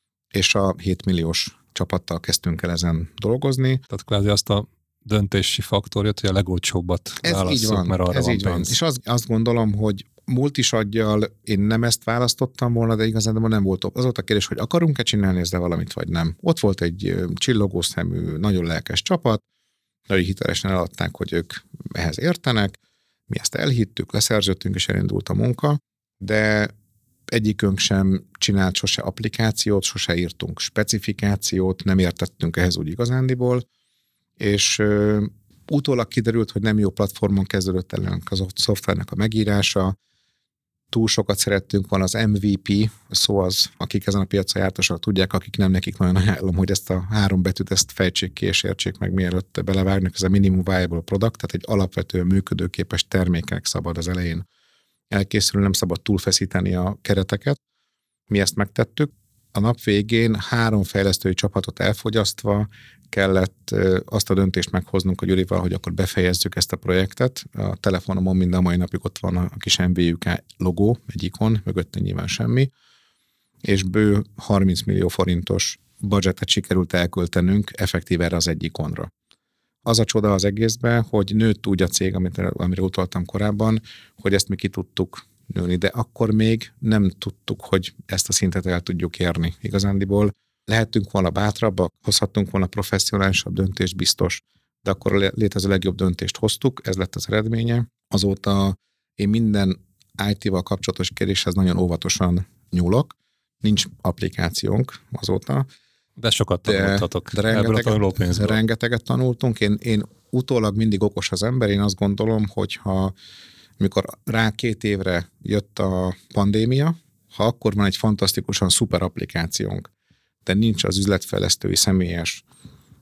S1: és a hét milliós csapattal kezdtünk el ezen dolgozni.
S2: Tehát kvázi azt a döntési faktorját, hogy a legolcsóbbat válasszuk, mert arra
S1: ez
S2: van
S1: így
S2: pénz.
S1: Van. És az, azt gondolom, hogy multisaggyal én nem ezt választottam volna, de igazán nem volt. Az volt a kérdés, hogy akarunk-e csinálni ezzel valamit, vagy nem. Ott volt egy csillogó szemű, nagyon lelkes csapat, nagyon hitelesen eladták, hogy ők ehhez értenek, mi ezt elhittük, leszerződtünk, és elindult a munka, de egyikünk sem csinált sose applikációt, sose írtunk specifikációt, nem értettünk ehhez úgy igazándiból, és ö, utólag kiderült, hogy nem jó platformon kezdődött el az szoftvernek a megírása, túl sokat szerettünk volna az em vé pé, szó az, akik ezen a piacon jártosak tudják, akik nem, nekik nagyon ajánlom, hogy ezt a három betűt, ezt fejtsék ki és értsék meg, mielőtt belevágnak, ez a minimum viable product, tehát egy alapvetően működőképes termékek szabad az elején elkészülni, nem szabad túlfeszíteni a kereteket. Mi ezt megtettük. A nap végén három fejlesztői csapatot elfogyasztva kellett azt a döntést meghoznunk a Gyurival, hogy akkor befejezzük ezt a projektet. A telefonomon minden mai napig ott van a kis em vé u ká logó, egy ikon, mögötte nyilván semmi, és bő harminc millió forintos budgetet sikerült elköltenünk effektív erre az egy ikonra. Az a csoda az egészben, hogy nőtt úgy a cég, amit, amire utaltam korábban, hogy ezt mi ki tudtuk nőni, de akkor még nem tudtuk, hogy ezt a szintet el tudjuk érni. Igazándiból lehetünk volna bátrabbak, hozhattunk volna professzionálisabb döntést, biztos, de akkor a létező legjobb döntést hoztuk, ez lett az eredménye. Azóta én minden í té-val kapcsolatos kérdéshez nagyon óvatosan nyúlok, nincs applikációnk azóta.
S2: De sokat tanultatok
S1: de, de
S2: ebből a tanulópénzből.
S1: Rengeteget tanultunk. Én, én utólag mindig okos az ember, én azt gondolom, hogyha amikor rá két évre jött a pandémia, ha akkor van egy fantasztikusan szuper applikációnk, de nincs az üzletfejlesztői személyes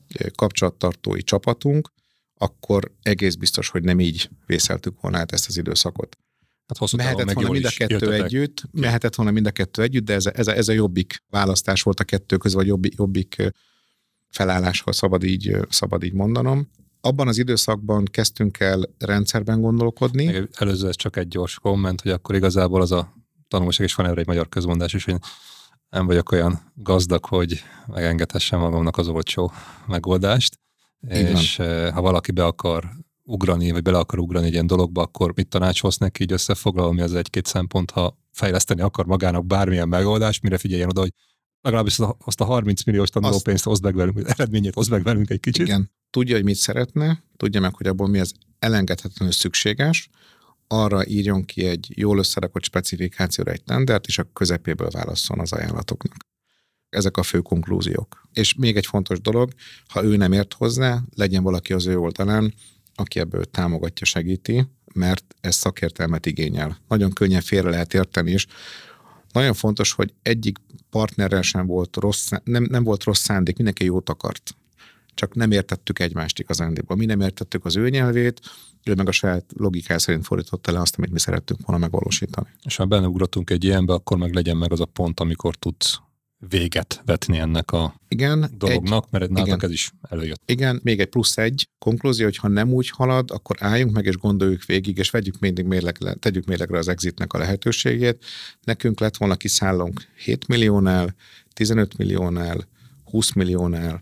S1: kapcsolattartói csapatunk, akkor egész biztos, hogy nem így vészeltük volna át ezt az időszakot.
S2: Hát
S1: mehetett volna mind a kettő együtt, ki. mehetett volna mind a kettő együtt, de ez a, ez a, ez a jobbik választás volt a kettő közül, vagy jobbik, jobbik felálláshoz szabad így, szabad így mondanom. Abban az időszakban kezdtünk el rendszerben gondolkodni.
S2: Előző ez csak egy gyors komment, hogy akkor igazából az a tanulság, és van erre egy magyar közmondás is, hogy nem vagyok olyan gazdag, hogy megengedhessem magamnak az olcsó megoldást, igen. És ha valaki be akar ugrani, vagy bele akar ugrani egy ilyen dologba, akkor mit tanácsolsz neki, így összefoglalva, mi az egy-két szempont, ha fejleszteni akar magának bármilyen megoldást, mire figyeljen oda, hogy legalábbis azt a harminc milliós tanulópénzt oszd meg velünk, eredményét oszd meg velünk egy kicsit.
S1: Igen. Tudja, hogy mit szeretne, tudja meg, hogy abból mi az elengedhetetlenül szükséges, arra írjon ki egy jól összerakott specifikációra egy tendert, és a közepéből válasszon az ajánlatoknak. Ezek a fő konklúziók. És még egy fontos dolog, ha ő nem ért hozzá, legyen valaki az ő oldalán, aki ebből támogatja, segíti, mert ez szakértelmet igényel. Nagyon könnyen félre lehet érteni is. Nagyon fontos, hogy egyik partnerrel sem volt rossz, nem, nem volt rossz szándék, mindenki jót akart. Csak nem értettük egymást igazándiból. Mi nem értettük az ő nyelvét, ő meg a saját logikája szerint fordította le azt, amit mi szerettünk volna megvalósítani.
S2: És ha benneugrottunk egy ilyenbe, akkor meg legyen meg az a pont, amikor tudsz véget vetni ennek a igen, dolognak, egy, mert nálatok ez is előjött.
S1: Igen, még egy plusz egy konklúzió, hogy ha nem úgy halad, akkor álljunk meg és gondoljuk végig, és vegyük mindig mérlegre, tegyük mérlegre az exitnek a lehetőségét. Nekünk lett volna kiszállunk hét milliónál, tizenöt milliónál, húsz milliónál,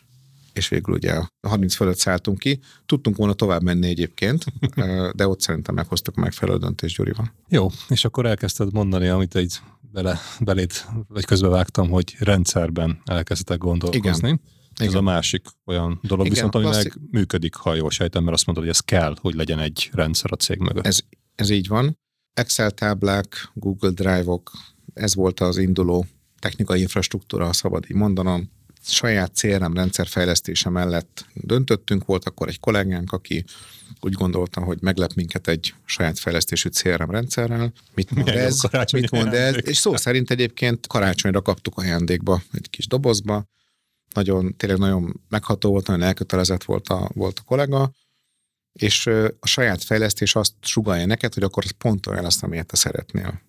S1: és végül ugye a harminc fölött szálltunk ki. Tudtunk volna tovább menni egyébként, de ott szerintem meghoztuk a megfelelő döntést Gyurival.
S2: Jó, és akkor elkezdted mondani, amit egy bele, belét, vagy közbevágtam, hogy rendszerben elkezdtek gondolkozni. Igen. Ez Igen. a másik olyan dolog, Igen, viszont ami klasszik... meg működik, ha jól sejtem, mert azt mondod, hogy ez kell, hogy legyen egy rendszer a cég mögött.
S1: Ez, ez így van. Excel táblák, Google Drive-ok, ez volt az induló technikai infrastruktúra, ha szabad így mondanom. Saját cé er em rendszer fejlesztése mellett döntöttünk, volt akkor egy kollégánk, aki úgy gondolta, hogy meglep minket egy saját fejlesztésű cé er em rendszerrel. Mit mond
S2: Milyen
S1: ez? Mit mond ez? És szó szerint egyébként karácsonyra kaptuk ajándékba egy kis dobozba. Nagyon, tényleg nagyon megható volt, nagyon elkötelezett volt a, volt a kollega, és a saját fejlesztés azt sugallja neked, hogy akkor az pont olyan lesz, amilyet te szeretnél.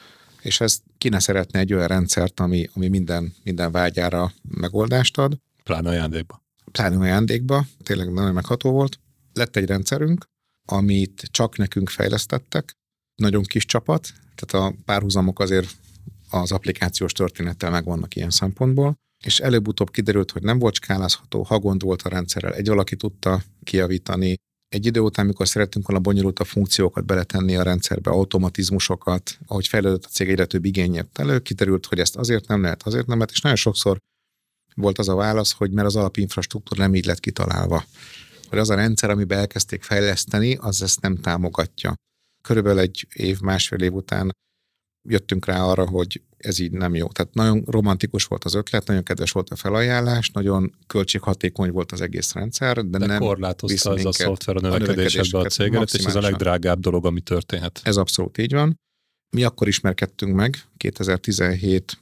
S1: És ez ki ne szeretne egy olyan rendszert, ami, ami minden, minden vágyára megoldást ad.
S2: Pláne ajándékba.
S1: Pláne ajándékba, tényleg nagyon megható volt. Lett egy rendszerünk, amit csak nekünk fejlesztettek, nagyon kis csapat, tehát a párhuzamok azért az applikációs történettel megvannak ilyen szempontból, és előbb-utóbb kiderült, hogy nem volt skálázható, ha gond volt a rendszerrel, egy valaki tudta kijavítani. Egy idő után, amikor szerettünk volna bonyolult a funkciókat beletenni a rendszerbe, automatizmusokat, ahogy fejlődött a cég, egyre több igény jött elő, kiderült, hogy ezt azért nem lehet, azért nem lehet, és nagyon sokszor volt az a válasz, hogy mert az alapinfrastruktúra nem így lett kitalálva. Hogy az a rendszer, amiben elkezdték fejleszteni, az ezt nem támogatja. Körülbelül egy év, másfél év után jöttünk rá arra, hogy ez így nem jó. Tehát nagyon romantikus volt az ötlet, nagyon kedves volt a felajánlás, nagyon költséghatékony volt az egész rendszer, de, de nem
S2: korlátozta ez a szoftver a növekedésbe a, a céget, és ez a legdrágább dolog, ami történhet.
S1: Ez abszolút így van. Mi akkor ismerkedtünk meg, kétezer-tizenhét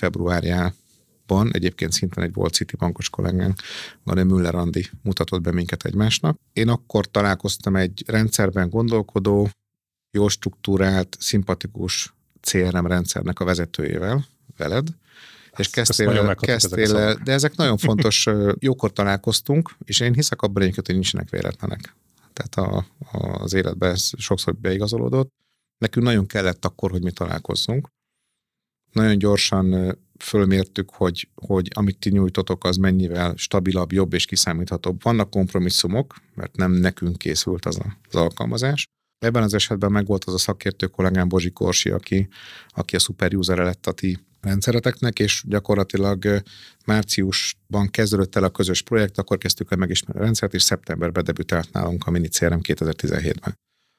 S1: január-februárjában, egyébként szintén egy volt Citibankos kollégánk, Gane Müller Andi mutatott be minket egymásnak. Én akkor találkoztam egy rendszerben gondolkodó, jól struktúrált, szimpatikus cé er em rendszernek a vezetőjével, veled, és kezdtél, kezdtél ezek de ezek nagyon fontos, jókor találkoztunk, és én hiszek abban egyébként, hogy nincsenek véletlenek. Tehát a, a, az életben ez sokszor beigazolódott. Nekünk nagyon kellett akkor, hogy mi találkozzunk. Nagyon gyorsan fölmértük, hogy, hogy amit ti nyújtotok, az mennyivel stabilabb, jobb és kiszámíthatóbb. Vannak kompromisszumok, mert nem nekünk készült az, a, az alkalmazás. Ebben az esetben megvolt az a szakértő kollégám Bozsi Korsi, aki, aki a szuper user lett a ti rendszereteknek, és gyakorlatilag márciusban kezdődött el a közös projekt, akkor kezdtük el megismerni a rendszert, és szeptemberben debütált nálunk a Mini cé er em kétezer-tizenhétben.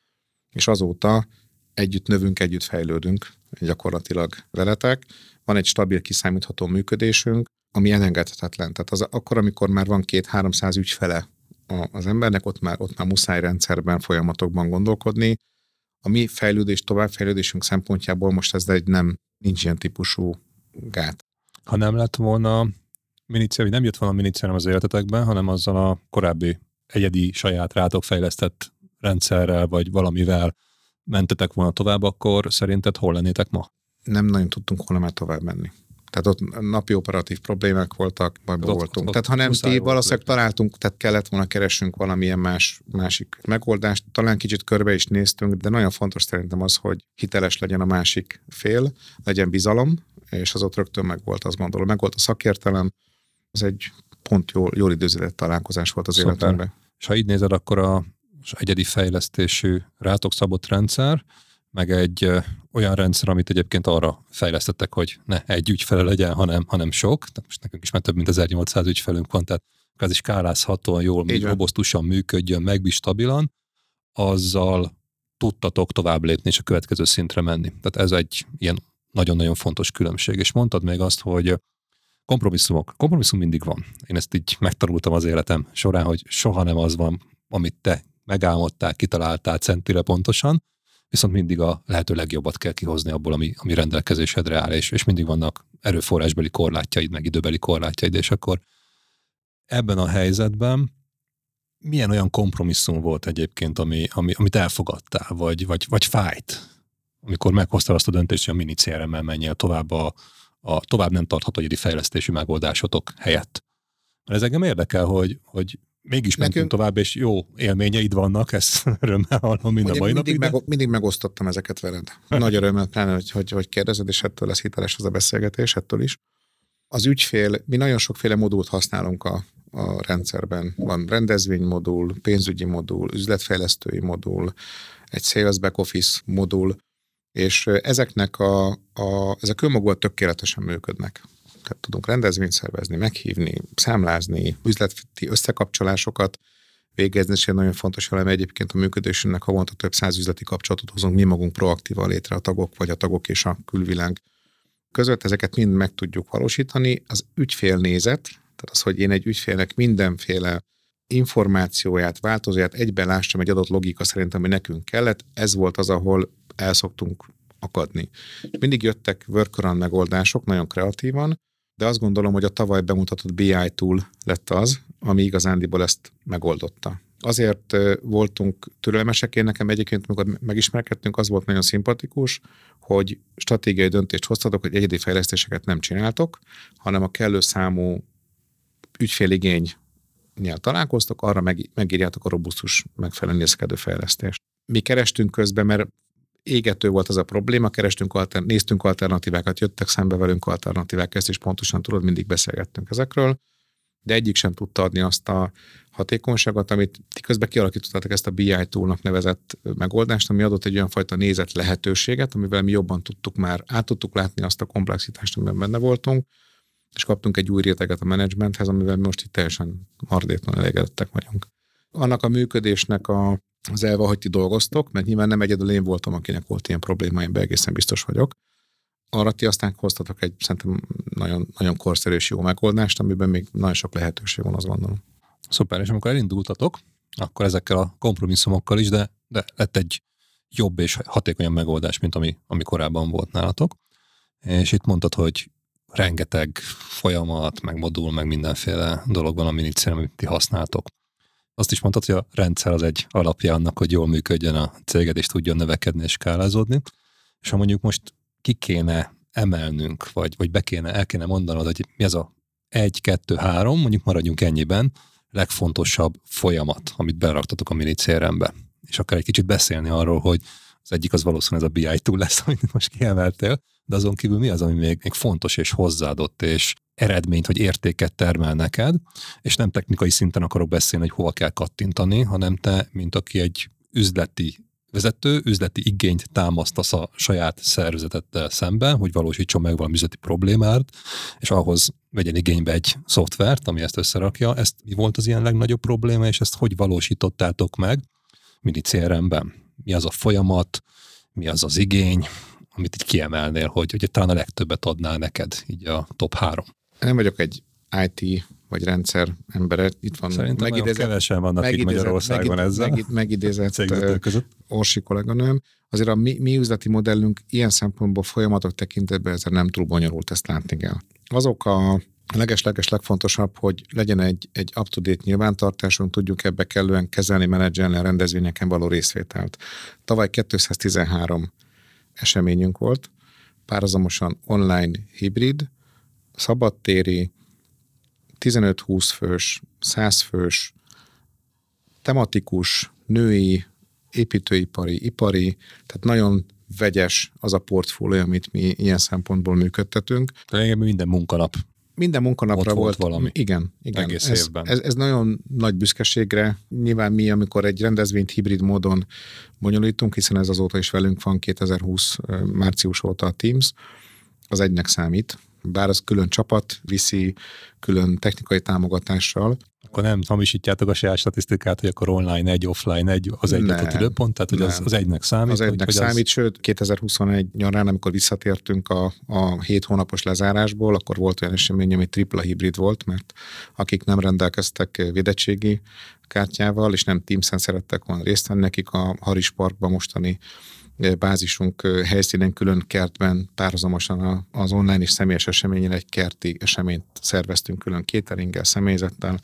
S1: És azóta együtt növünk, együtt fejlődünk gyakorlatilag veletek. Van egy stabil, kiszámítható működésünk, ami elengedhetetlen. Tehát az, akkor, amikor már van két-háromszáz ügyfele az embernek, ott már, ott már muszáj rendszerben, folyamatokban gondolkodni. A mi fejlődés, továbbfejlődésünk szempontjából most ez egy nem, nincs ilyen típusú gát.
S2: Ha nem lett volna Minicél, nem jött volna a minicélem az életetekben, hanem azzal a korábbi egyedi saját rátok fejlesztett rendszerrel, vagy valamivel mentetek volna tovább, akkor szerinted hol lennétek ma?
S1: Nem nagyon tudtunk volna már tovább menni. Tehát ott napi operatív problémák voltak, bajban ott, voltunk. Ott, tehát ha nem ti, valószínűleg találtunk, tehát kellett volna keressünk valamilyen más, másik megoldást. Talán kicsit körbe is néztünk, de nagyon fontos szerintem az, hogy hiteles legyen a másik fél, legyen bizalom, és az ott rögtön meg volt, azt gondolom. Meg volt a szakértelem, az egy pont jól, jól időzített találkozás volt az Szuper. Életemben.
S2: És ha így nézed, akkor a egyedi fejlesztésű rátok szabott rendszer, meg egy ö, olyan rendszer, amit egyébként arra fejlesztettek, hogy ne egy ügyfele legyen, hanem, hanem sok. Tehát most nekünk is már több mint ezernyolcszáz ügyfelünk van, tehát ez is skálázhatóan, jól, robosztusan működjön, megbíz stabilan, azzal tudtatok tovább lépni és a következő szintre menni. Tehát ez egy ilyen nagyon-nagyon fontos különbség. És mondtad még azt, hogy kompromisszumok. Kompromisszum mindig van. Én ezt így megtanultam az életem során, hogy soha nem az van, amit te megálmodtál, kitaláltál centire pontosan, viszont mindig a lehető legjobbat kell kihozni abból, ami, ami rendelkezésedre áll, és, és mindig vannak erőforrásbeli korlátjaid, meg időbeli korlátjaid, és akkor ebben a helyzetben milyen olyan kompromisszum volt egyébként, ami, ami, amit elfogadtál, vagy, vagy, vagy fájt, amikor meghoztál azt a döntést, hogy a mini cé er em-mel menjél tovább a, a tovább nem tartható egyedi fejlesztési megoldásotok helyett. Mert ez engem érdekel, hogy, hogy mégis mentünk Nekünk... tovább, és jó élményeid vannak, ezt örömmel hallom mind a mai
S1: mindig,
S2: napig.
S1: meg, mindig megosztottam ezeket veled. Nagy örömmel, pláne, hogy, hogy, hogy kérdezed, és ettől lesz hiteles az a beszélgetés, ettől is. Az ügyfél, mi nagyon sokféle modult használunk a, a rendszerben. Van rendezvénymodul, pénzügyi modul, üzletfejlesztői modul, egy sales back office modul, és ezeknek a, a, ezek önmagukban tökéletesen működnek. Tehát tudunk rendezvényt szervezni, meghívni, számlázni, üzleti összekapcsolásokat végezni, és egy nagyon fontos eleme egyébként a működésünknek, havonta több száz üzleti kapcsolatot hozunk mi magunk proaktívan létre, a tagok vagy a tagok és a külvilág között. Ezeket mind meg tudjuk valósítani. Az ügyfélnézet, tehát az, hogy én egy ügyfélnek mindenféle információját, változóját egyben lássam egy adott logika szerintem, hogy nekünk kellett, ez volt az, ahol elszoktunk akadni. Mindig jöttek workaround megoldások, nagyon kreatívan, de azt gondolom, hogy a tavaly bemutatott bé i tool lett az, ami igazándiból ezt megoldotta. Azért voltunk türelmesek, én nekem egyébként, amikor megismerkedtünk, az volt nagyon szimpatikus, hogy stratégiai döntést hoztatok, hogy egyedi fejlesztéseket nem csináltok, hanem a kellő számú ügyféligénynél találkoztok, arra meg, megírjátok a robusztus, megfelelően nézkedő fejlesztést. Mi kerestünk közben, mert égető volt az a probléma, kerestünk, alter, néztünk alternatívákat, jöttek szembe velünk alternatívák, ezt is pontosan tudod, mindig beszélgettünk ezekről, de egyik sem tudta adni azt a hatékonyságot, amit ti közben kialakítottátok ezt a bé i toolnak nevezett megoldást, ami adott egy olyan fajta nézet lehetőséget, amivel mi jobban tudtuk már, át tudtuk látni azt a komplexitást, amiben benne voltunk, és kaptunk egy új réteget a menedzsmenthez, amivel mi most itt teljesen mardéktalan elégedettek vagyunk. Annak a működésnek a az elve, hogy ti dolgoztok, mert nyilván nem egyedül én voltam, akinek volt ilyen problémáim, be egészen biztos vagyok. Arra ti aztán hoztatok egy szerintem nagyon, nagyon korszerű és jó megoldást, amiben még nagyon sok lehetőség van, azt gondolom.
S2: Szuper, és amikor elindultatok, akkor ezekkel a kompromisszumokkal is, de, de lett egy jobb és hatékonyabb megoldás, mint ami, ami korábban volt nálatok. És itt mondtad, hogy rengeteg folyamat, meg modul, meg mindenféle dolog van a minicén, amit ti használtok. Azt is mondtad, hogy a rendszer az egy alapja annak, hogy jól működjön a céged, és tudjon növekedni és skálázódni. És ha mondjuk most ki kéne emelnünk, vagy, vagy be kéne, el kéne mondanod, hogy mi az a egy, kettő, három, mondjuk maradjunk ennyiben, legfontosabb folyamat, amit beraktatok a mini cé er em-be. És akár egy kicsit beszélni arról, hogy az egyik az valószínűleg ez a bé i tool lesz, amit most kiemeltél, de azon kívül mi az, ami még, még fontos és hozzáadott, és eredményt vagy értéket termel neked, és nem technikai szinten akarok beszélni, hogy hova kell kattintani, hanem te, mint aki egy üzleti vezető, üzleti igényt támasztasz a saját szervezeteddel szemben, hogy valósítson meg valami üzleti problémát, és ahhoz vegyen igénybe egy szoftvert, ami ezt összerakja. Ezt mi volt az ilyen legnagyobb probléma, és ezt hogy valósítottátok meg mini cé er em-ben? Mi az a folyamat, mi az az igény, amit így kiemelnél, hogy, hogy talán a legtöbbet adnál neked, így a top három.
S1: Nem vagyok egy i té vagy rendszer embere. Itt van
S2: szerintem megidézett, kevesen vannak itt Magyarországon megid, ezzel. Megid,
S1: megidézett Orsi kolléganőm. Azért a mi, mi üzleti modellünk ilyen szempontból folyamatok tekintetben ezzel nem túl bonyolult, ezt látni kell. Azok a, A leges-leges legfontosabb, hogy legyen egy, egy up-to-date nyilvántartásunk, tudjuk ebbe kellően kezelni, menedzselni a rendezvényeken való részvételt. Tavaly kétszáztizenhárom eseményünk volt, párhuzamosan online hibrid, szabadtéri, tizenöt-húsz fős, száz fős, tematikus, női, építőipari, ipari, tehát nagyon vegyes az a portfólió, amit mi ilyen szempontból működtetünk.
S2: Lényegében minden munkanap.
S1: Minden munkanapra
S2: Ott
S1: volt,
S2: volt valami.
S1: Igen, igen.
S2: Egész
S1: ez,
S2: évben.
S1: Ez, ez nagyon nagy büszkeségre. Nyilván mi, amikor egy rendezvényt hibrid módon bonyolítunk, hiszen ez azóta is velünk van, kétezer-húsz március óta a Teams, az egynek számít. Bár az külön csapat viszi, külön technikai támogatással.
S2: Akkor nem hamisítjátok a saját statisztikát, hogy akkor online egy, offline egy, az egy adott időpont, tehát hogy az, az egynek számít.
S1: Az egynek
S2: hogy,
S1: számít,
S2: az...
S1: sőt kétezer-huszonegy nyarán, amikor visszatértünk a, a hét hónapos lezárásból, akkor volt olyan esemény, ami tripla hibrid volt, mert akik nem rendelkeztek védettségi kártyával, és nem Teams-en szerettek volna részt venni, nekik a Haris Parkban mostani bázisunk helyszínen külön kertben párhuzamosan az online és személyes eseményen egy kerti eseményt szerveztünk külön cateringgel, személyzettel.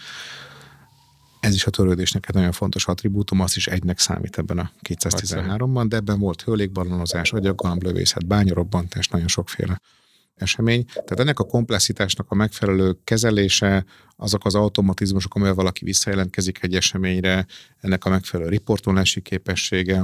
S1: Ez is a törődésnek egy nagyon fontos attribútum, az is egynek számít ebben a kétszáztizenháromban, de ebben volt hőlékballonozás, agyaggalamblövészet, bányorobbantás, nagyon sokféle esemény. Tehát ennek a komplexitásnak a megfelelő kezelése, azok az automatizmusok, amivel valaki visszajelentkezik egy eseményre, ennek a megfelelő riportolási képessége,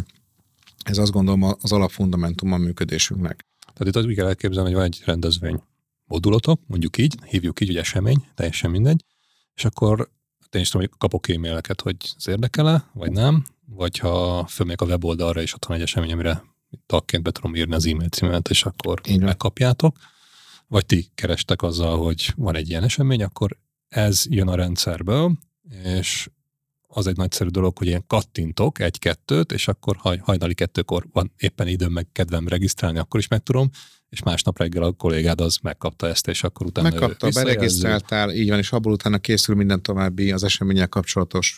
S1: ez azt gondolom az alapfundamentum a működésünknek.
S2: Tehát itt az úgy kell elképzelni, hogy van egy rendezvény modulotok, mondjuk így, hívjuk így, hogy esemény, teljesen mindegy, és akkor én is tudom, hogy kapok e-maileket, hogy ez érdekel-e, vagy nem, vagy ha fölmegyek a weboldalra, és ott van egy esemény, amire tagként be tudom írni az e-mail címemet, és akkor megkapjátok, vagy ti kerestek azzal, hogy van egy ilyen esemény, akkor ez jön a rendszerből, és az egy nagyszerű dolog, hogy ilyen kattintok egy-kettőt, és akkor haj, hajnali kettőkor van éppen időm meg kedvem regisztrálni, akkor is meg tudom, és másnap reggel a kollégád az megkapta ezt, és akkor utána
S1: megkapta, beregisztráltál, így van, és abból utána készül minden további az eseménnyel kapcsolatos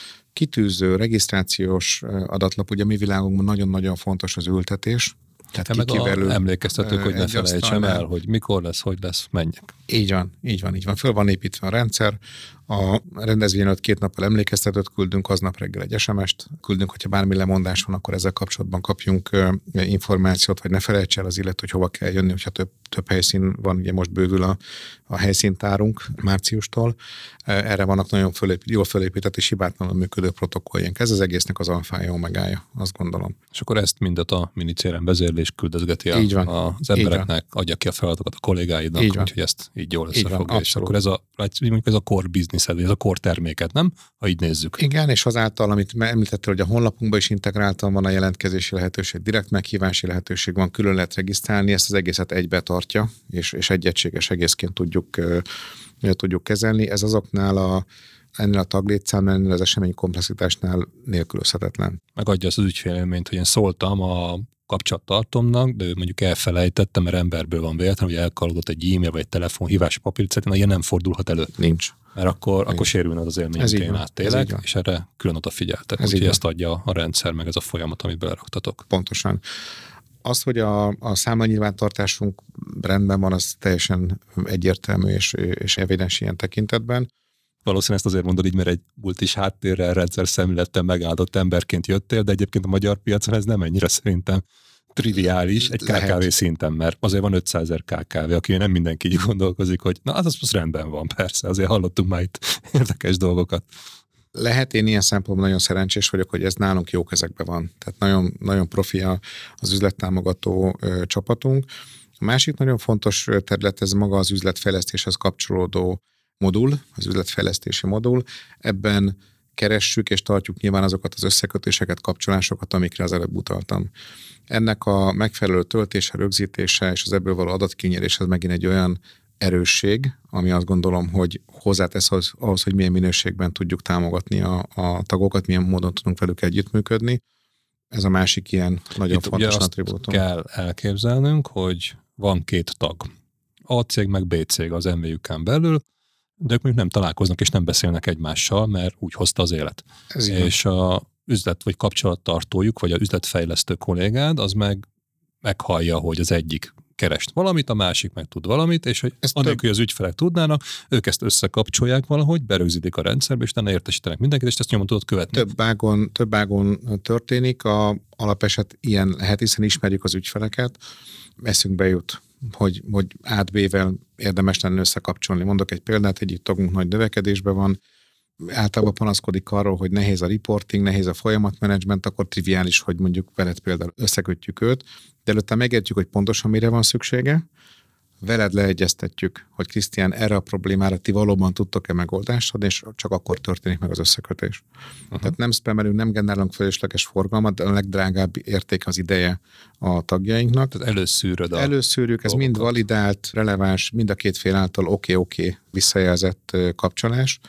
S1: kitűző, regisztrációs adatlap. Ugye mi világunkban nagyon-nagyon fontos az ültetés.
S2: Tehát meg a emlékeztetők, hogy ne felejtsem el, hogy mikor lesz, hogy lesz, menjek.
S1: Így van, így van, így van. Föl van építve a rendszer. A rendezvény előtt két nappal emlékeztetőt küldünk, aznap reggel egy es em est küldünk, hogyha bármi lemondás van, akkor ezzel kapcsolatban kapjunk információt, vagy ne felejts el az illető, hogy hova kell jönni, hogyha több, több helyszín van, ugye most bővül a, a helyszíntárunk márciustól. Erre vannak nagyon fölép, jól fölépített és hibátlanul működő protokolljánk. Ez az egésznek az alfája, omegája, azt gondolom.
S2: És akkor ezt mindet a minicérem vezérlés küldözgeti
S1: így van.
S2: az embereknek, adja ki a feladatokat a kollégáidnak, úgyhogy ezt így jól összefogja. És akkor ez a, mondjuk ez a core business, ez a core terméket, nem? Ha így nézzük.
S1: Igen, és azáltal, amit említettél, hogy a honlapunkban is integráltan van a jelentkezési lehetőség, direkt meghívási lehetőség van, külön lehet regisztrálni, ezt az egészet egybe tartja, és, és egy egységes egészként tudjuk, uh, tudjuk kezelni. Ez azoknál a ennél a taglétszámnál, ennél az esemény komplexitásnál nélkülözhetetlen.
S2: Megadja azt az ügyfélélményt, hogy én szóltam a kapcsolattartomnak, de ő mondjuk elfelejtette, mert emberből van véletlen, hogy elkalódott egy e-mail vagy egy telefonhívás papírcetén, ilyen nem fordulhat elő.
S1: Nincs.
S2: Mert akkor, akkor sérülne az élmény, hogy én áttélek, és erre külön odafigyeltek. Úgyhogy ezt adja a rendszer, meg ez a folyamat, amit beleraktatok.
S1: Pontosan. Az, hogy a, a számlanyilvántartásunk rendben van, az teljesen egyértelmű és, és evidens ilyen tekintetben.
S2: Valószínűleg ezt azért mondod így, mert egy multis háttérrel, rendszer szemlélettel megáldott emberként jöttél, de egyébként a magyar piacon ez nem ennyire szerintem triviális egy ká ká vé szinten, mert azért van ötszázezer ká ká vé, aki nem mindenki így gondolkozik, hogy na az az, az rendben van, persze, azért hallottunk már itt érdekes dolgokat.
S1: Lehet, én ilyen szempontból nagyon szerencsés vagyok, hogy ez nálunk jó kezekben van. Tehát nagyon, nagyon profi az üzlettámogató ö, csapatunk. A másik nagyon fontos terület, ez maga az üzletfejlesztéshez kapcsolódó modul, az üzletfejlesztési modul. Ebben keressük és tartjuk nyilván azokat az összekötéseket, kapcsolásokat, amikre az előbb utaltam. Ennek a megfelelő töltése, rögzítése és az ebből való adatkinyerés az megint egy olyan erősség, ami azt gondolom, hogy hozzátesz ahhoz, ahhoz hogy milyen minőségben tudjuk támogatni a, a tagokat, milyen módon tudunk velük együttműködni. Ez a másik ilyen nagyon
S2: itt
S1: fontos attribútum.
S2: Kell elképzelnünk, hogy van két tag. A cég meg B cég az em vé ük-en belül, de ők mondjuk nem találkoznak és nem beszélnek egymással, mert úgy hozta az élet.
S1: Ez
S2: és a üzlet vagy kapcsolattartójuk, vagy a üzletfejlesztő kollégád, az meg meghallja, hogy az egyik kerest valamit, a másik meg tud valamit, és hogy anélkül, több... hogy az ügyfelek tudnának, ők ezt összekapcsolják valahogy, berögzítik a rendszerbe, és utána értesítenek mindenkit, és ezt nyomon tudod követni.
S1: Több ágon, több ágon történik, a alapeset ilyen lehet, hiszen ismerjük az ügyfeleket, eszünkbe jut, hogy, hogy át bé-vel érdemes lenne összekapcsolni. Mondok egy példát, egyik tagunk nagy növekedésben van, általában panaszkodik arról, hogy nehéz a reporting, nehéz a folyamatmenedzsment, akkor triviális, hogy mondjuk veled például összekötjük őt, de előtte megértjük, hogy pontosan mire van szüksége, veled leegyeztetjük, hogy Krisztián, erre a problémára ti valóban tudtok-e megoldást adni, és csak akkor történik meg az összekötés. Uh-huh. Tehát nem spamelünk, nem generálunk felesleges forgalmat, de a legdrágább érték az ideje a tagjainknak.
S2: Tehát előszűröd a
S1: Előszűrjük, ez mind validált, releváns, mind a két fél által oké-oké okay, okay, visszajelzett kapcsolás.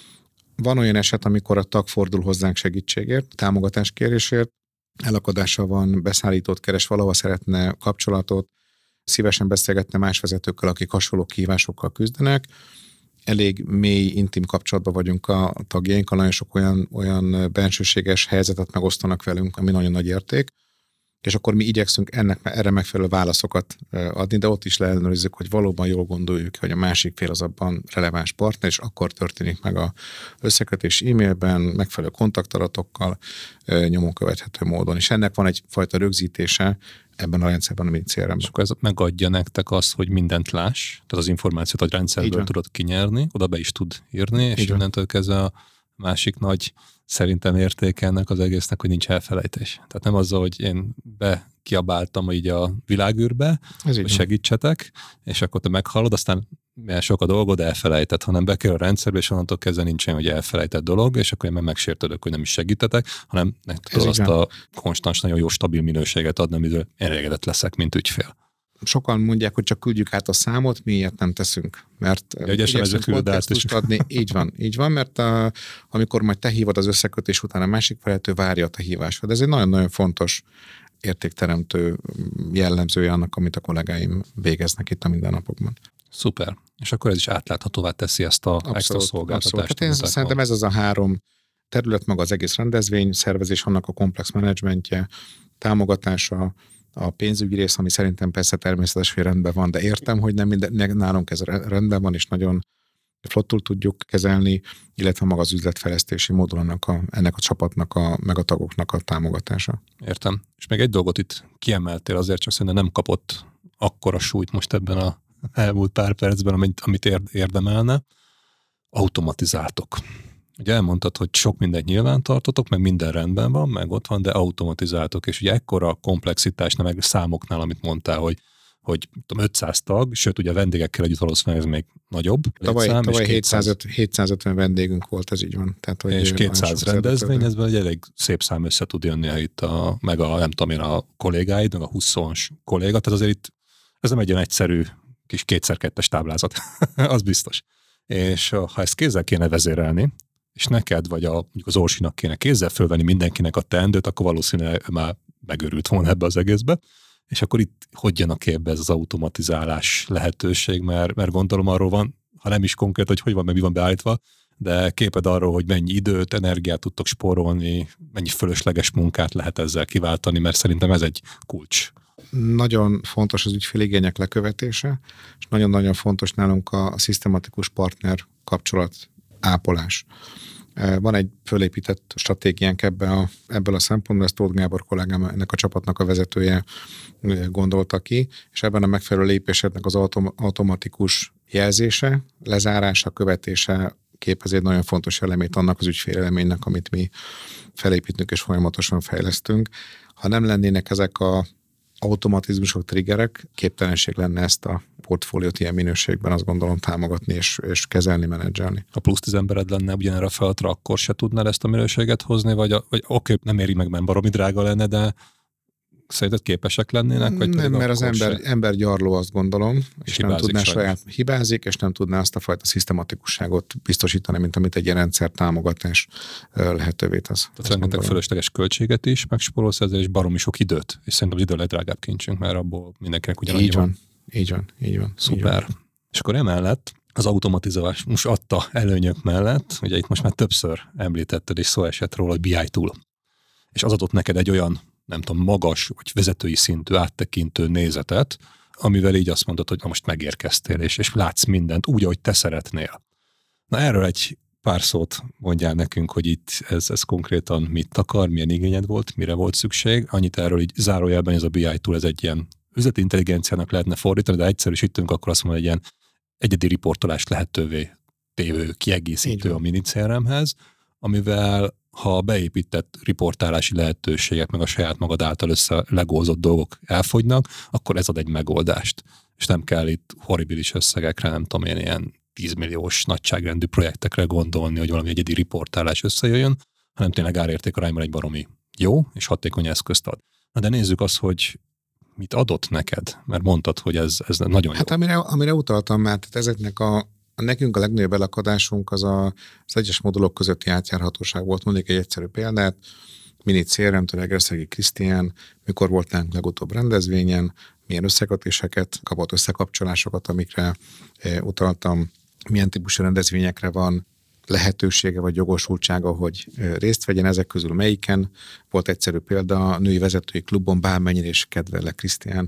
S1: Van olyan eset, amikor a tag fordul hozzánk segítségért, támogatáskérésért, elakadása van, beszállítót keres, valahol szeretne kapcsolatot, szívesen beszélgetne más vezetőkkel, akik hasonló kihívásokkal küzdenek. Elég mély, intim kapcsolatban vagyunk a tagjainkkal, nagyon sok olyan, olyan bensőséges helyzetet megosztanak velünk, ami nagyon nagy érték, és akkor mi igyekszünk ennek erre megfelelő válaszokat adni, de ott is leellenőrizzük, hogy valóban jól gondoljuk, hogy a másik fél az abban releváns partner, és akkor történik meg a összekötés e-mailben, megfelelő kontaktadatokkal, nyomon követhető módon. És ennek van egyfajta rögzítése ebben a rendszerben, ami célra.
S2: És akkor ez megadja nektek azt, hogy mindent láss, tehát az információt a rendszerből tudod kinyerni, oda be is tud írni, és így innentől kezdve a másik nagy szerintem értéke ennek az egésznek, hogy nincs elfelejtés. Tehát nem azzal, hogy én bekiabáltam így a világűrbe, hogy segítsetek, és akkor te meghallod, aztán milyen sok a dolgod, elfelejtett, hanem be kell a rendszerbe, és onnantól kezdve nincsen, hogy elfelejtett dolog, és akkor én meg megsértődök, hogy nem is segítetek, hanem tudod azt a konstans, nagyon jó, stabil minőséget adni, amitől elégedett leszek, mint ügyfél.
S1: Sokan mondják, hogy csak küldjük át a számot, mi ilyet nem teszünk. Mert
S2: ja, igyekszünk
S1: kontextust adni. Így van, így van, mert a, amikor majd te hívod az összekötés után, a másik vezető várja a te hívásod. Ez egy nagyon-nagyon fontos értékteremtő jellemzője annak, amit a kollégáim végeznek itt a mindennapokban.
S2: Szuper. És akkor ez is átláthatóvá teszi ezt a abszolút, extra szolgáltatást.
S1: Hát én szerintem ez az a három terület, maga az egész rendezvény, szervezés, annak a komplex menedzsmentje, támogatása, a pénzügyi rész, ami szerintem persze természetes, hogy rendben van, de értem, hogy nem minden, nálunk ez rendben van, és nagyon flottul tudjuk kezelni, illetve maga az üzletfejlesztési módul annak a, ennek a csapatnak, a, meg a tagoknak a támogatása.
S2: Értem. És még egy dolgot itt kiemeltél, azért csak szerintem nem kapott akkora súlyt most ebben a elmúlt pár percben, amit, amit érdemelne. Automatizáltok. Ugye elmondtad, hogy sok mindent nyilván tartotok, meg minden rendben van, meg ott van, de automatizáltok, és ugye ekkora komplexitás, nem meg számoknál, amit mondtál, hogy, hogy tudom, ötszáz tag, sőt, ugye a vendégekkel együtt valószínűleg ez még nagyobb.
S1: Tavaly, szám, tavaly hétszázötven vendégünk volt, ez így van. Tehát, hogy
S2: és kétszáz rendezvény, ez egy elég szép szám össze tud jönni, ha itt a, meg a, nem tudom én, a kollégáid, meg a huszas kolléga, tehát azért itt ez nem egy olyan egyszerű kis kétszer-kettes táblázat, az biztos. És ha ezt kézzel kéne vezérelni, és neked vagy a, mondjuk az Orsinak kéne kézzel fölvenni mindenkinek a teendőt, akkor valószínűleg már megörült volna ebbe az egészbe. És akkor itt hogy jön a képbe ez az automatizálás lehetőség, mert, mert gondolom arról van, ha nem is konkrét, hogy hogy van, mert mi van beállítva, de képed arról, hogy mennyi időt, energiát tudtok spórolni, mennyi fölösleges munkát lehet ezzel kiváltani, mert szerintem ez egy kulcs.
S1: Nagyon fontos az ügyféligények lekövetése, és nagyon-nagyon fontos nálunk a, a szisztematikus partner kapcsolat ápolás. Van egy fölépített stratégiánk ebbe a, ebből a szempontból, ezt Tóth Gábor kollégám, ennek a csapatnak a vezetője gondolta ki, és ebben a megfelelő lépéseknek az autom, automatikus jelzése, lezárása, követése képezi egy nagyon fontos elemét annak az ügyféleleménynek, amit mi felépítünk és folyamatosan fejlesztünk. Ha nem lennének ezek a automatizmusok, triggerek, képtelenség lenne ezt a portfóliót ilyen minőségben, azt gondolom támogatni és, és kezelni, menedzselni.
S2: Ha plusz tíz embered lenne ugyanerre a feladatra, akkor se tudnád ezt a minőséget hozni, vagy, a, vagy oké, nem éri meg, mert baromi drága lenne, de szerinted képesek lennének? Vagy
S1: nem, mert az ember, ember gyarló, azt gondolom, és, és nem tudná saját, saját hibázik, és nem tudná azt a fajta szisztematikusságot biztosítani, mint amit egy ilyen rendszer támogatás lehetővé tesz.
S2: Tehát rengeteg fölösleges költséget is megspórolsz ezzel, és baromi sok időt. És szerintem az idő legdrágább kincsünk, mert abból mindenkinek ugyanannyi
S1: így van.
S2: van.
S1: Így van, így van.
S2: Szuper. Így van. És akkor emellett az automatizálás most adta előnyök mellett, ugye itt most már többször említetted, és szó esett róla, hogy bé i tool. És az adott neked egy olyan, nem tudom, magas vagy vezetői szintű áttekintő nézetet, amivel így azt mondod, hogy na most megérkeztél, és, és látsz mindent úgy, ahogy te szeretnél. Na erről egy pár szót mondjál nekünk, hogy itt ez, ez konkrétan mit akar, milyen igényed volt, mire volt szükség. Annyit erről így zárójelben, ez a bé i tool, ez egy ilyen üzleti intelligenciának lehetne fordítani, de egyszerűsítünk, akkor azt mondom, hogy egy ilyen egyedi riportolást lehetővé tévő kiegészítő a mini cé er em-hez, amivel ha beépített riportálási lehetőségek, meg a saját magad által összelegózott dolgok elfogynak, akkor ez ad egy megoldást. És nem kell itt horribilis összegekre, nem tudom én, ilyen tízmilliós nagyságrendű projektekre gondolni, hogy valami egyedi riportálás összejöjjön, hanem tényleg árértékarányban egy baromi jó és hatékony eszközt ad. Na de nézzük azt, hogy mit adott neked, mert mondtad, hogy ez, ez nagyon jó.
S1: Hát amire, amire utaltam már, tehát ezeknek a, a nekünk a legnagyobb elakadásunk az a, az egyes modulok közötti átjárhatóság volt. Mondjuk egy egyszerű példát, mini cé er em-től Egerszegi Krisztián, mikor volt nálunk legutóbb rendezvényen, milyen összekötéseket kapott, összekapcsolásokat, amikre e, utaltam, milyen típusú rendezvényekre van lehetősége vagy jogosultsága, hogy részt vegyen, ezek közül melyiken. Volt egyszerű példa, a női vezetői klubon bármennyire is kedvele Krisztián,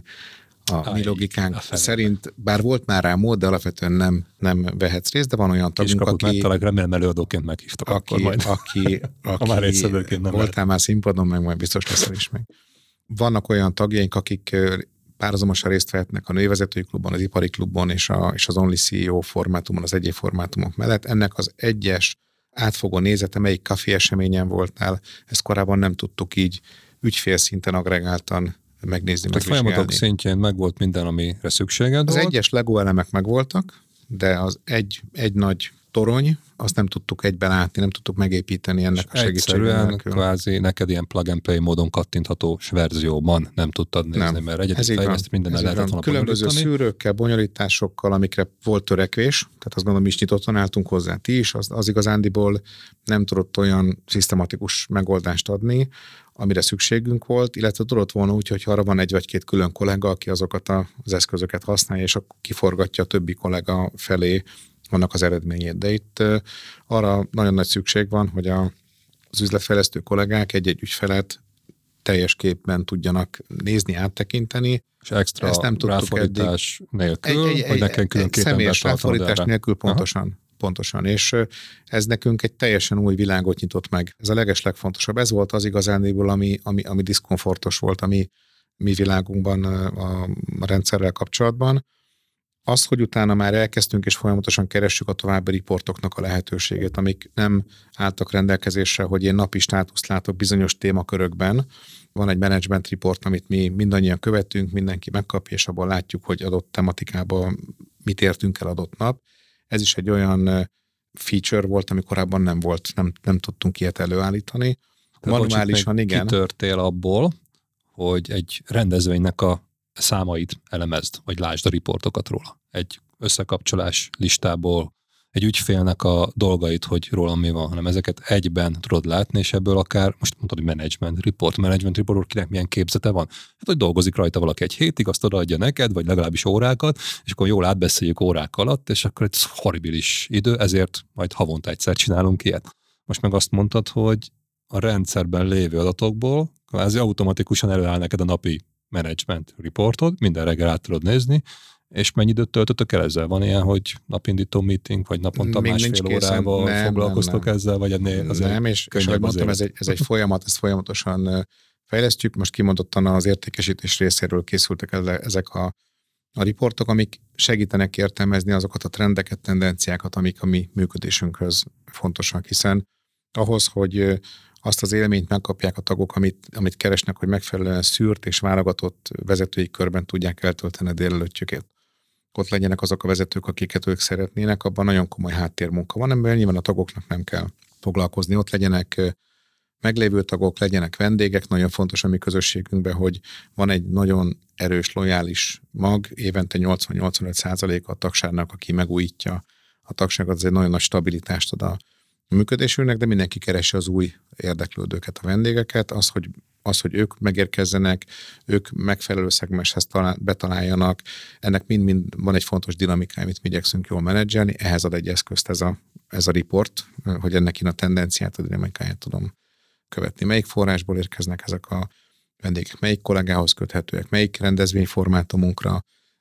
S1: a mi logikánk szerint, bár volt már rá mód, de alapvetően nem, nem vehetsz részt, de van olyan tagunk, aki...
S2: Mentalak, remélem előadóként meghívtak
S1: aki,
S2: akkor majd.
S1: Aki, aki már nem voltál lehet. Már színpadon, meg majd biztos leszel is meg. Vannak olyan tagjaink, akik párhuzamosan részt vehetnek a női vezetői klubban, az ipari klubban és, a, és az Only cé e o formátumon, az egyéb formátumok mellett. Ennek az egyes átfogó nézete, melyik kafé eseményen voltál, ezt korábban nem tudtuk így ügyfélszinten agregáltan megnézni,
S2: tehát
S1: megvizsgálni.
S2: Folyamatok szintjén megvolt minden, amire szükséged
S1: Az
S2: volt.
S1: egyes Lego elemek megvoltak, de az egy, egy nagy torony, azt nem tudtuk egyben látni, nem tudtuk megépíteni ennek és a segítségével.
S2: Kvázi neked ilyen plug and play módon kattintható verzióban nem tudtad nézni, nem. Mert egyedül fejleszteni minden el lehetett volna
S1: különböző szűrőkkel, bonyolításokkal, amikre volt törekvés, tehát azt gondolom, is nyitottan álltunk hozzá ti is, az, az igazándiból nem tudott olyan szisztematikus megoldást adni, amire szükségünk volt, illetve tudott volna úgy, hogy arra van egy vagy két külön kollega, aki azokat az eszközöket használja, és akkor kiforgatja a többi kollega felé annak az eredményét. De itt uh, arra nagyon nagy szükség van, hogy a, az üzletfejlesztő kollégák egy-egy ügyfelet teljes képben tudjanak nézni, áttekinteni.
S2: És extra ezt nem ráfordítás nélkül,
S1: egy, egy,
S2: hogy nekem külön két embert
S1: ráfordítás nélkül pontosan. Aha. Pontosan, és ez nekünk egy teljesen új világot nyitott meg. Ez a legeslegfontosabb. Ez volt az igazándiból, ami, ami, ami diszkomfortos volt a mi, mi világunkban a, a rendszerrel kapcsolatban. Az, hogy utána már elkezdtünk és folyamatosan keressük a további riportoknak a lehetőségét, amik nem álltak rendelkezésre, hogy én napi státuszt látok bizonyos témakörökben. Van egy management report, amit mi mindannyian követünk, mindenki megkapja, és abban látjuk, hogy adott tematikában mit értünk el adott nap. Ez is egy olyan feature volt, ami korábban nem volt, nem, nem tudtunk ilyet előállítani. Manuálisan igen.
S2: Kitörtél abból, hogy egy rendezvénynek a számait elemezd, vagy lásd a riportokat róla. Egy összekapcsolás listából, egy ügyfélnek a dolgait, hogy róla mi van, hanem ezeket egyben tudod látni, és ebből akár, most mondtad, hogy management report, management report, kinek milyen képzete van. Hát, hogy dolgozik rajta valaki egy hétig, azt odaadja neked, vagy legalábbis órákat, és akkor jól átbeszéljük órák alatt, és akkor ez horribilis idő, ezért majd havonta egyszer csinálunk ilyet. Most meg azt mondtad, hogy a rendszerben lévő adatokból kvázi automatikusan előáll neked a napi management reportod, minden reggel át tudod nézni, és mennyi időt töltöttök el ezzel? Van ilyen, hogy napindító meeting, vagy naponta még másfél órával nem, foglalkoztok nem, ezzel, vagy ennél azért
S1: nem, és, és ahogy mondtam, ez egy, ez egy folyamat, ezt folyamatosan fejlesztjük, most kimondottan az értékesítés részéről készültek ezek a, a riportok, amik segítenek értelmezni azokat a trendeket, tendenciákat, amik a mi működésünkhöz fontosak, hiszen ahhoz, hogy azt az élményt megkapják a tagok, amit, amit keresnek, hogy megfelelően szűrt és válogatott vezetői körben tudják eltölteni a délelőttjüket. Ott legyenek azok a vezetők, akiket ők szeretnének, abban nagyon komoly háttérmunka van, amiben nyilván a tagoknak nem kell foglalkozni. Ott legyenek meglévő tagok, legyenek vendégek, nagyon fontos a mi közösségünkben, hogy van egy nagyon erős, lojális mag, évente nyolcvan-nyolcvanöt százalék a tagságnak, aki megújítja a tagságot, az egy nagyon nagy stabilitást ad a működésünknek, de mindenki keresi az új érdeklődőket, a vendégeket, az, hogy, az, hogy ők megérkezzenek, ők megfelelő szegmenshez talál, betaláljanak, ennek mind-mind van egy fontos dinamikája, amit mi igyekszünk jól menedzselni, ehhez ad egy eszközt ez a, ez a report, hogy ennek én a tendenciát, a dinamikáját tudom követni. Melyik forrásból érkeznek ezek a vendégek, melyik kollégához köthetőek, melyik rendezvényformátumunkra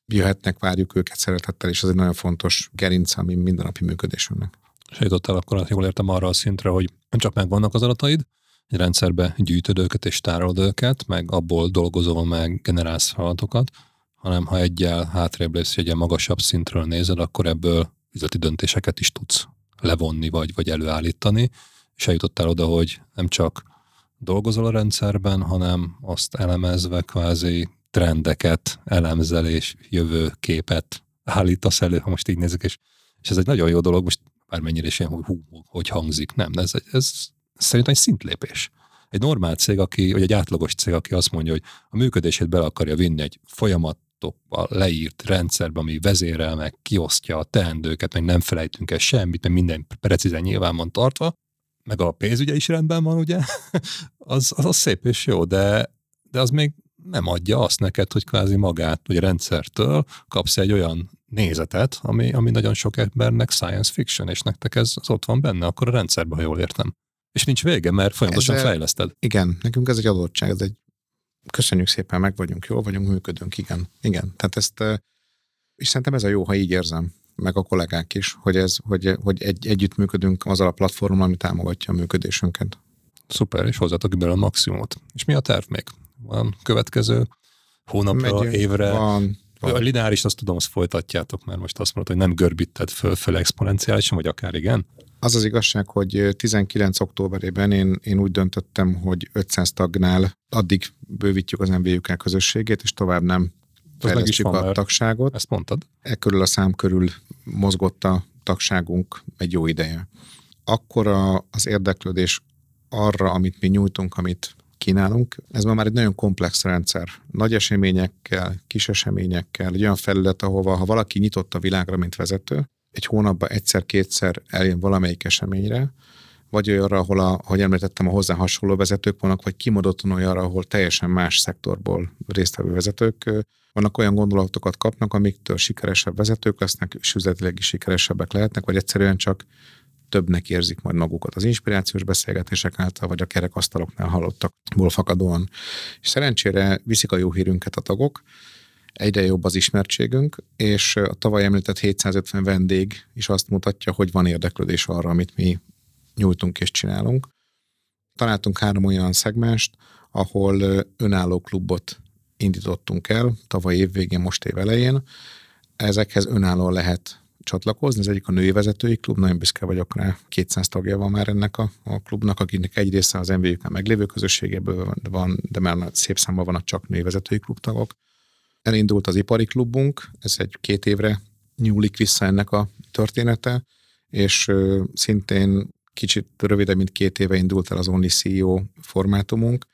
S1: jöhetnek, várjuk őket szeretettel, és ez egy nagyon fontos gerinc, ami mindennapi működésünknek.
S2: És eljutottál akkor, jól értem, arra a szintre, hogy nem csak megvannak az adataid, egy rendszerbe gyűjtöd őket és tárolod őket, meg abból dolgozol, meg generálsz feladatokat, hanem ha egyel hátrébb lépsz, egy ilyen magasabb szintről nézed, akkor ebből üzleti döntéseket is tudsz levonni, vagy, vagy előállítani, és eljutottál oda, hogy nem csak dolgozol a rendszerben, hanem azt elemezve kvázi trendeket elemzel, és jövőképet állítasz elő, ha most így nézzük, és, és ez egy nagyon jó dolog, most bármennyire is ilyen, hogy hú, hogy hangzik, nem, ez, ez szerintem egy szintlépés. Egy normál cég, aki, vagy egy átlagos cég, aki azt mondja, hogy a működését bele akarja vinni egy folyamatokba leírt rendszerbe, ami vezérel, meg kiosztja a teendőket, meg nem felejtünk el semmit, mert minden precízen nyilván van tartva, meg a pénzügye is rendben van, ugye, az, az, az szép és jó, de, de az még nem adja azt neked, hogy kvázi magát, vagy a rendszertől kapsz egy olyan nézetet, ami, ami nagyon sok embernek science fiction, és nektek ez az ott van benne, akkor a rendszerben, ha jól értem. És nincs vége, mert folyamatosan Ezzel, fejleszted.
S1: Igen, nekünk ez egy adottság, ez egy köszönjük szépen, meg vagyunk, jól vagyunk, működünk, igen. Igen, tehát ezt, és szerintem ez a jó, ha így érzem, meg a kollégák is, hogy, ez, hogy, hogy egy, együtt működünk azzal a platformon, ami támogatja a működésünket.
S2: Szuper, és hozzátok belőle a maximumot. És mi a terv még? Van következő hónapra, Megyünk, évre?
S1: Van, van.
S2: A lineáris, azt tudom, azt folytatjátok, mert most azt mondod, hogy nem görbíted föl-föl exponenciálisan, vagy akár igen?
S1: Az az igazság, hogy tizenkilenc októberében én, én úgy döntöttem, hogy ötszáz tagnál addig bővítjük az em vé u ká közösségét, és tovább nem fejlesztjük a tagságot.
S2: Ezt mondtad.
S1: E körül a szám körül mozgott a tagságunk egy jó ideje. Akkor a, az érdeklődés arra, amit mi nyújtunk, amit kínálunk, ez már egy nagyon komplex rendszer. Nagy eseményekkel, kis eseményekkel, egy olyan felület, ahova ha valaki nyitott a világra, mint vezető, egy hónapban egyszer-kétszer eljön valamelyik eseményre, vagy olyanra, ahol, a, ahogy említettem, a hozzá hasonló vezetők vannak, vagy kimondottan olyanra, ahol teljesen más szektorból résztvevő vezetők vannak, olyan gondolatokat kapnak, amiktől sikeresebb vezetők lesznek, és üzletileg is sikeresebbek lehetnek, vagy egyszerűen csak többnek érzik majd magukat az inspirációs beszélgetések által, vagy a kerekasztaloknál hallottakból fakadóan. És szerencsére viszik a jó hírünket a tagok, egyre jobb az ismertségünk, és a tavaly említett hétszázötven vendég is azt mutatja, hogy van érdeklődés arra, amit mi nyújtunk és csinálunk. Találtunk három olyan szegmest, ahol önálló klubot indítottunk el, tavaly évvégén, most év elején. Ezekhez önállóan lehet csatlakozni. Ez egyik a női vezetői klub, nagyon büszke vagyok rá, kétszáz tagja van már ennek a, a klubnak, akinek egy része az em vé u ká meglévő közösségéből van, de már szép számban van a csak női vezetői klubtagok. Elindult az ipari klubunk, ez egy két évre nyúlik vissza ennek a története, és ö, szintén kicsit rövidebb, mint két éve indult el az Only cé e o formátumunk,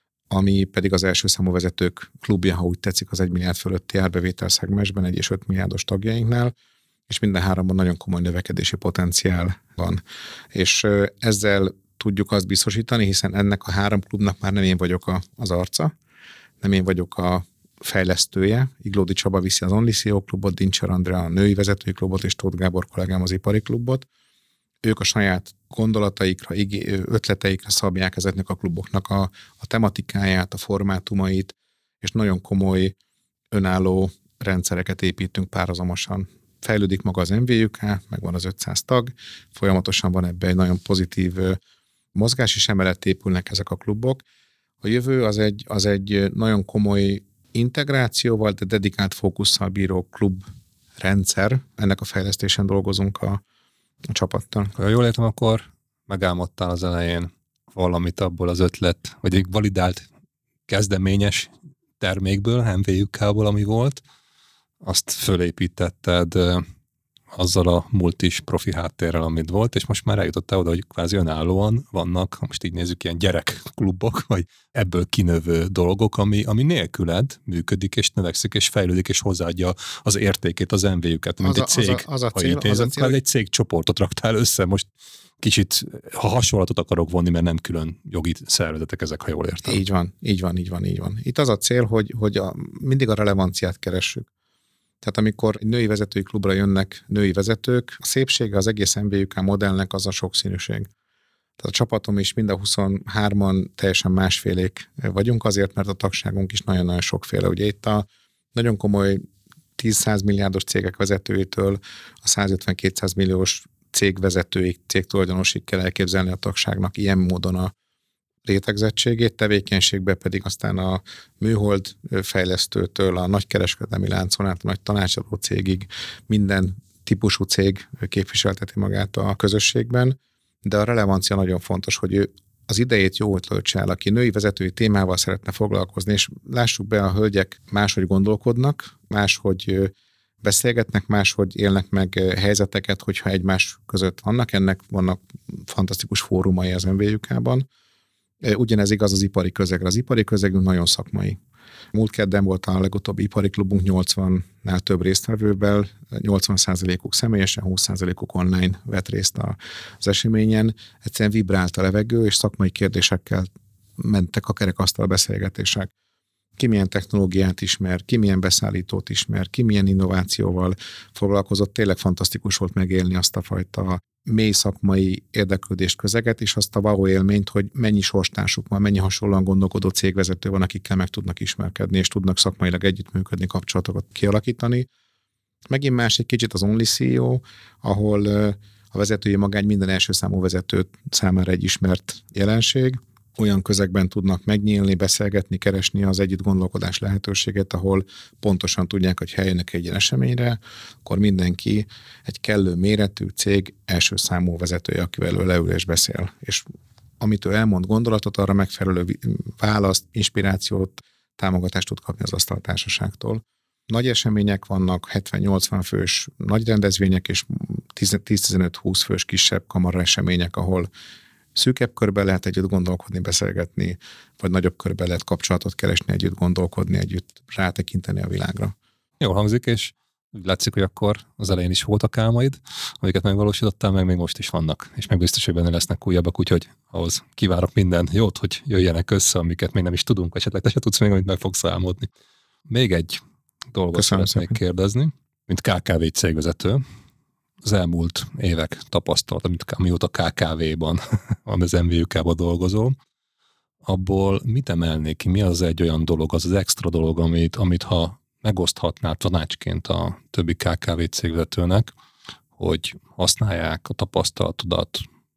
S1: ami pedig az első számú vezetők klubja, ha úgy tetszik, az egy milliárd fölötti árbevétel szegmensben, egy és öt milliárdos tagjainknál, és minden háromban nagyon komoly növekedési potenciál van. És ö, ezzel tudjuk azt biztosítani, hiszen ennek a három klubnak már nem én vagyok a, az arca, nem én vagyok a fejlesztője. Iglódi Csaba viszi az Only cé e o klubot, Dincser Andrea a női vezetői klubot, és Tóth Gábor kollégám az ipari klubot. Ők a saját gondolataikra, ötleteikre szabják ezeknek a kluboknak a, a tematikáját, a formátumait, és nagyon komoly önálló rendszereket építünk párhuzamosan. Fejlődik maga az em vé u ká, megvan az ötszáz tag, folyamatosan van ebben egy nagyon pozitív mozgás, és emellett épülnek ezek a klubok. A jövő az egy, az egy nagyon komoly integrációval, de dedikált fókusszal bíró klub rendszer. Ennek a fejlesztésen dolgozunk a, a csapattal.
S2: Ha jól értem, akkor megálmodtál az elején valamit abból az ötlet, vagy egy validált kezdeményes termékből, em vé u ká-ból, ami volt, azt fölépítetted azzal a multis profi háttérrel, amit volt, és most már eljutottál oda, hogy kvázi önállóan vannak, most így nézzük, ilyen gyerekklubok, vagy ebből kinövő dolgok, ami, ami nélküled működik, és növekszik, és fejlődik, és hozzáadja az értékét az em vé u-ket, mint egy cég. Az a, az a cél, ha intézem, az a cél, egy cégcsoportot raktál össze, most kicsit, ha hasonlatot akarok vonni, mert nem külön jogi szervezetek ezek, ha jól értem.
S1: Így van, így van, így van, így van. Itt az a cél, hogy, hogy a, mindig a relevanciát keressük. Tehát amikor egy női vezetői klubra jönnek női vezetők, a szépsége az egész em vé u ká modellnek az a sokszínűség. Tehát a csapatom is mind a huszonhárman teljesen másfélék vagyunk, azért, mert a tagságunk is nagyon-nagyon sokféle. Ugye itt a nagyon komoly tíz-száz milliárdos cégek vezetőitől a százötven-kétszáz milliós cégvezetőig, cégtulajdonosig kell elképzelni a tagságnak ilyen módon a rétegzettségét, tevékenységbe pedig aztán a műhold fejlesztőtől a nagykereskedelmi láncon át a nagy tanácsadó cégig minden típusú cég képviselteti magát a közösségben, de a relevancia nagyon fontos, hogy ő az idejét jól töltse el, aki női vezetői témával szeretne foglalkozni, és lássuk be, a hölgyek máshogy gondolkodnak, máshogy beszélgetnek, máshogy élnek meg helyzeteket, hogyha egymás között vannak. Ennek vannak fantasztikus fórumai az em vé u ká-ban. Ugyanez igaz az ipari közegre. Az ipari közegünk nagyon szakmai. Múlt kedden volt a legutóbbi ipari klubunk nyolcvannál több résztvevővel, nyolcvan százalékuk személyesen, húsz százalékuk online vett részt az eseményen. Egyszerűen vibrált a levegő, és szakmai kérdésekkel mentek a kerekasztal beszélgetések. Ki milyen technológiát ismer, ki milyen beszállítót ismer, ki milyen innovációval foglalkozott. Tényleg fantasztikus volt megélni azt a fajta mély szakmai érdeklődést, közeget, és azt a wow élményt, hogy mennyi sorstársuk van, mennyi hasonlóan gondolkodó cégvezető van, akikkel meg tudnak ismerkedni, és tudnak szakmailag együttműködni, kapcsolatokat kialakítani. Megint más egy kicsit az Only cé e o, ahol a vezetői magány minden első számú vezető számára egy ismert jelenség. Olyan közegben tudnak megnyílni, beszélgetni, keresni az együtt gondolkodás lehetőséget, ahol pontosan tudják, hogy eljönnek egy ilyen eseményre, akkor mindenki egy kellő méretű cég első számú vezetője, akivel ő leül és beszél. És amit ő elmond gondolatot, arra megfelelő választ, inspirációt, támogatást tud kapni az asztaltársaságtól. Nagy események vannak, hetven-nyolcvan fős nagy rendezvények, és tíz-tizenöt-húsz fős kisebb kamara események, ahol szűkebb körben lehet együtt gondolkodni, beszélgetni, vagy nagyobb körben lehet kapcsolatot keresni, együtt gondolkodni, együtt rátekinteni a világra.
S2: Jól hangzik, és úgy látszik, hogy akkor az elején is voltak álmaid, amiket megvalósítottál, meg még most is vannak, és meg biztos, hogy benne lesznek újabbak, úgyhogy ahhoz kivárok minden jót, hogy jöjjenek össze, amiket még nem is tudunk, esetleg te se tudsz még, amit meg fogsz álmodni. Még egy dolgot
S1: Köszönöm
S2: szeretnék
S1: szépen.
S2: kérdezni, mint ká ká vé cégvezető, az elmúlt évek tapasztalat, amit amióta ká ká vé-ban, az em vé u ká-ban dolgozol, abból mit emelnék ki? Mi az egy olyan dolog, az az extra dolog, amit, amit ha megoszthatnál tanácsként a többi ká ká vé cégvezetőnek, hogy használják a tapasztalatodat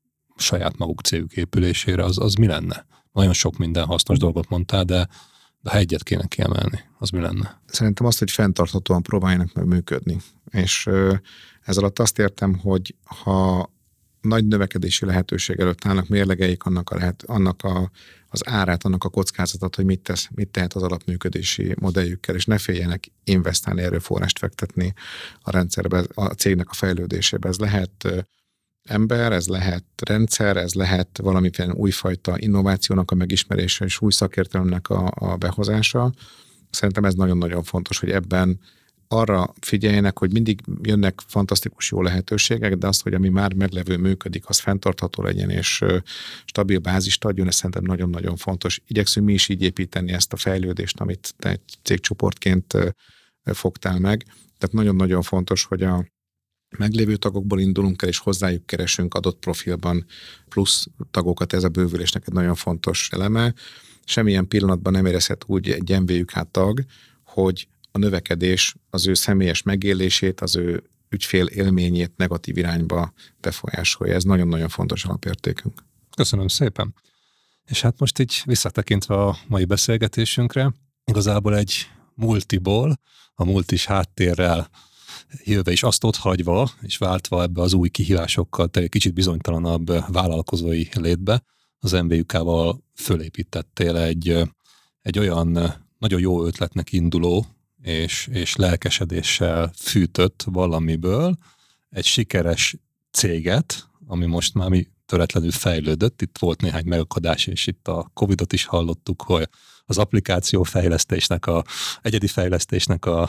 S2: saját maguk cégük épülésére, az, az mi lenne? Nagyon sok minden hasznos dolgot mondtál, de, de ha egyet kéne kiemelni, az mi lenne?
S1: Szerintem azt, hogy fenntarthatóan próbáljanak meg működni. És ez alatt azt értem, hogy ha nagy növekedési lehetőség előtt állnak, mérlegeik annak, a lehet, annak a, az árát, annak a kockázatot, hogy mit tesz, mit tehet az alapműködési modelljükkel, és ne féljenek investálni, erőforrást fektetni a rendszerbe, a cégnek a fejlődésébe. Ez lehet ember, ez lehet rendszer, ez lehet valamiféle újfajta innovációnak a megismerése és új szakértelemnek a, a behozása. Szerintem ez nagyon-nagyon fontos, hogy ebben arra figyeljenek, hogy mindig jönnek fantasztikus jó lehetőségek, de azt, hogy ami már meglevő működik, az fenntartható legyen, és stabil bázist adjon, ez szerintem nagyon-nagyon fontos. Igyekszünk mi is így építeni ezt a fejlődést, amit te egy cégcsoportként fogtál meg. Tehát nagyon-nagyon fontos, hogy a meglévő tagokból indulunk el, és hozzájuk keresünk adott profilban plusz tagokat, ez a bővülésnek egy nagyon fontos eleme. Semmilyen pillanatban nem érezhet úgy egy em vé u ká tag, hogy a növekedés az ő személyes megélését, az ő ügyfél élményét negatív irányba befolyásolja. Ez nagyon-nagyon fontos alapértékünk.
S2: Köszönöm szépen. És hát most így visszatekintve a mai beszélgetésünkre, igazából egy multiból, a multis háttérrel jövve is azt ott hagyva, és váltva ebbe az új kihívásokkal, egy kicsit bizonytalanabb vállalkozói létbe, az em vé u ká-val fölépítettél egy, egy olyan nagyon jó ötletnek induló, és, és lelkesedéssel fűtött valamiből egy sikeres céget, ami most már mi töretlenül fejlődött. Itt volt néhány megakadás, és itt a Covidot is hallottuk, hogy az applikáció fejlesztésnek, a egyedi fejlesztésnek a,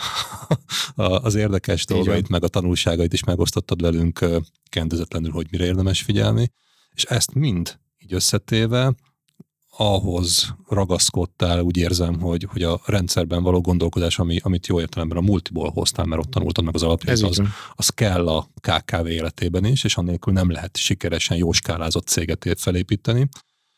S2: a, az érdekes
S1: Így
S2: dolgait,
S1: van.
S2: meg a tanulságait is megosztottad velünk kendezetlenül, hogy mire érdemes figyelni. És ezt mind így összetéve ahhoz ragaszkodtál, úgy érzem, hogy, hogy a rendszerben való gondolkodás, ami, amit jó értelemben a multiból hoztál, mert ott tanultad meg az alapjait, az, az kell a ká ká vé életében is, és annélkül nem lehet sikeresen jó skálázott céget felépíteni.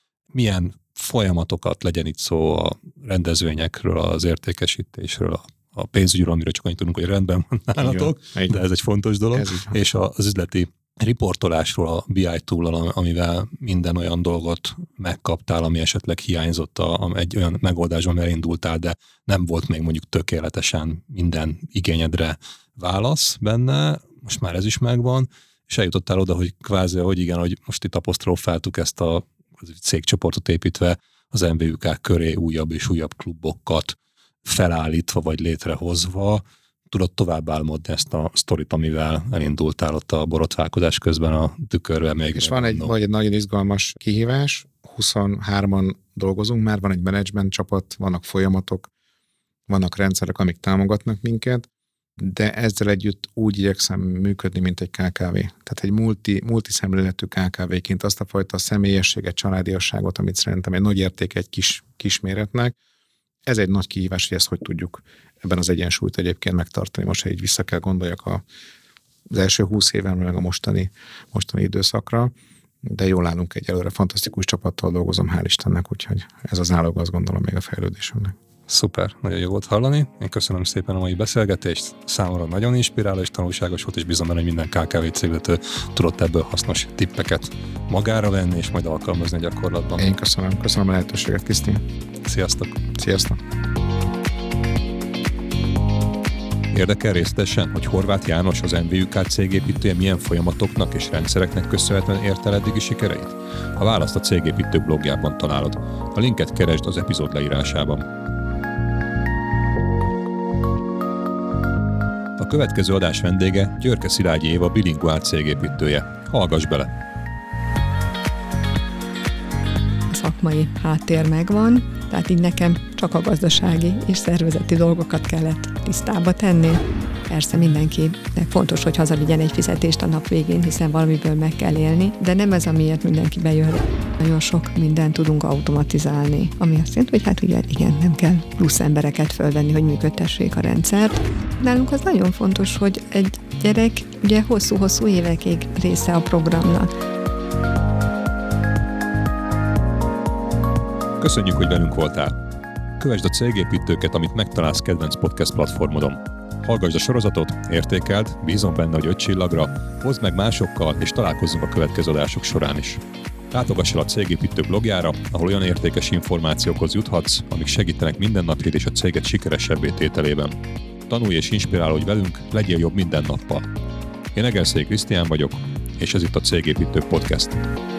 S2: Milyen folyamatokat, legyen itt szó a rendezvényekről, az értékesítésről, a, a pénzügyről, amiről csak annyit tudunk, hogy rendben van nálatok, de ez egy fontos dolog, és az üzleti riportolásról, a bé i tool-al, amivel minden olyan dolgot megkaptál, ami esetleg hiányzott a, egy olyan megoldásban, amivel indultál, de nem volt még mondjuk tökéletesen minden igényedre válasz benne, most már ez is megvan, és eljutottál oda, hogy kvázi, hogy igen, hogy most itt apostrofáltuk ezt a cégcsoportot építve az em vé u ká köré újabb és újabb klubokat felállítva vagy létrehozva, tudod tovább álmodni ezt a sztorit, amivel elindultál ott a borotválkozás közben a tükörbe még.
S1: És van egy, vagy egy nagyon izgalmas kihívás, huszonhárman dolgozunk már, van egy menedzsment csapat, vannak folyamatok, vannak rendszerek, amik támogatnak minket, de ezzel együtt úgy igyekszem működni, mint egy ká ká vé. Tehát egy multi, multi szemléletű ká ká véként azt a fajta személyességet, családiasságot, amit szerintem egy nagy érték egy kis, kisméretnek. Ez egy nagy kihívás, hogy ezt hogy tudjuk ebben az egyensúlyt egyébként megtartani. Most, ha így vissza kell gondoljak a, az első húsz évemre, meg a mostani, mostani időszakra, de jól állunk egyelőre, fantasztikus csapattal dolgozom, hál' Istennek, úgyhogy ez az állog, azt gondolom, még a fejlődésünknek.
S2: Szuper, nagyon jó volt hallani. Én köszönöm szépen a mai beszélgetést. Számomra nagyon inspiráló és tanulságos volt, és bízom benne, hogy minden ká ká vé cégvezető tudott ebből hasznos tippeket magára venni, és majd alkalmazni a gyakorlatban.
S1: Én köszönöm. Köszönöm a lehetőséget, Krisztin.
S2: Sziasztok!
S1: Sziasztok!
S2: Érdekel részletesen, hogy Horváth János, az em vé u ká cégépítője milyen folyamatoknak és rendszereknek köszönhetően ért el eddigi sikereit? A választ a Cégépítő blogjában találod. A linket keresd az epizód leírásában. A következő adás vendége Györke Szilágyi Éva, bilinguál cégépítője. Hallgass bele!
S3: A szakmai háttér megvan, tehát így nekem csak a gazdasági és szervezeti dolgokat kellett tisztába tenni. Persze mindenkinek fontos, hogy hazavigyen egy fizetést a nap végén, hiszen valamiből meg kell élni, de nem ez, amiért mindenki bejön. Nagyon sok mindent tudunk automatizálni, ami azt jelenti, hogy hát ugye igen, nem kell plusz embereket fölvenni, hogy működtessék a rendszert. Nálunk az nagyon fontos, hogy egy gyerek ugye hosszú-hosszú évekig része a programnak.
S2: Köszönjük, hogy velünk voltál! Kövesd a Cégépítőket, amit megtalálsz kedvenc podcast platformodon. Hallgassd a sorozatot, értékeld, bízom benne, hogy öt csillagra, hozd meg másokkal, és találkozzunk a következő adások során is. Látogass el a Cégépítő blogjára, ahol olyan értékes információkhoz juthatsz, amik segítenek mindennapjét és a céget sikeresebbé tételében. Tanulj és inspirálódj velünk, legyél jobb minden nappal. Én Egerszegi Krisztián vagyok, és ez itt a Cégépítő Podcast.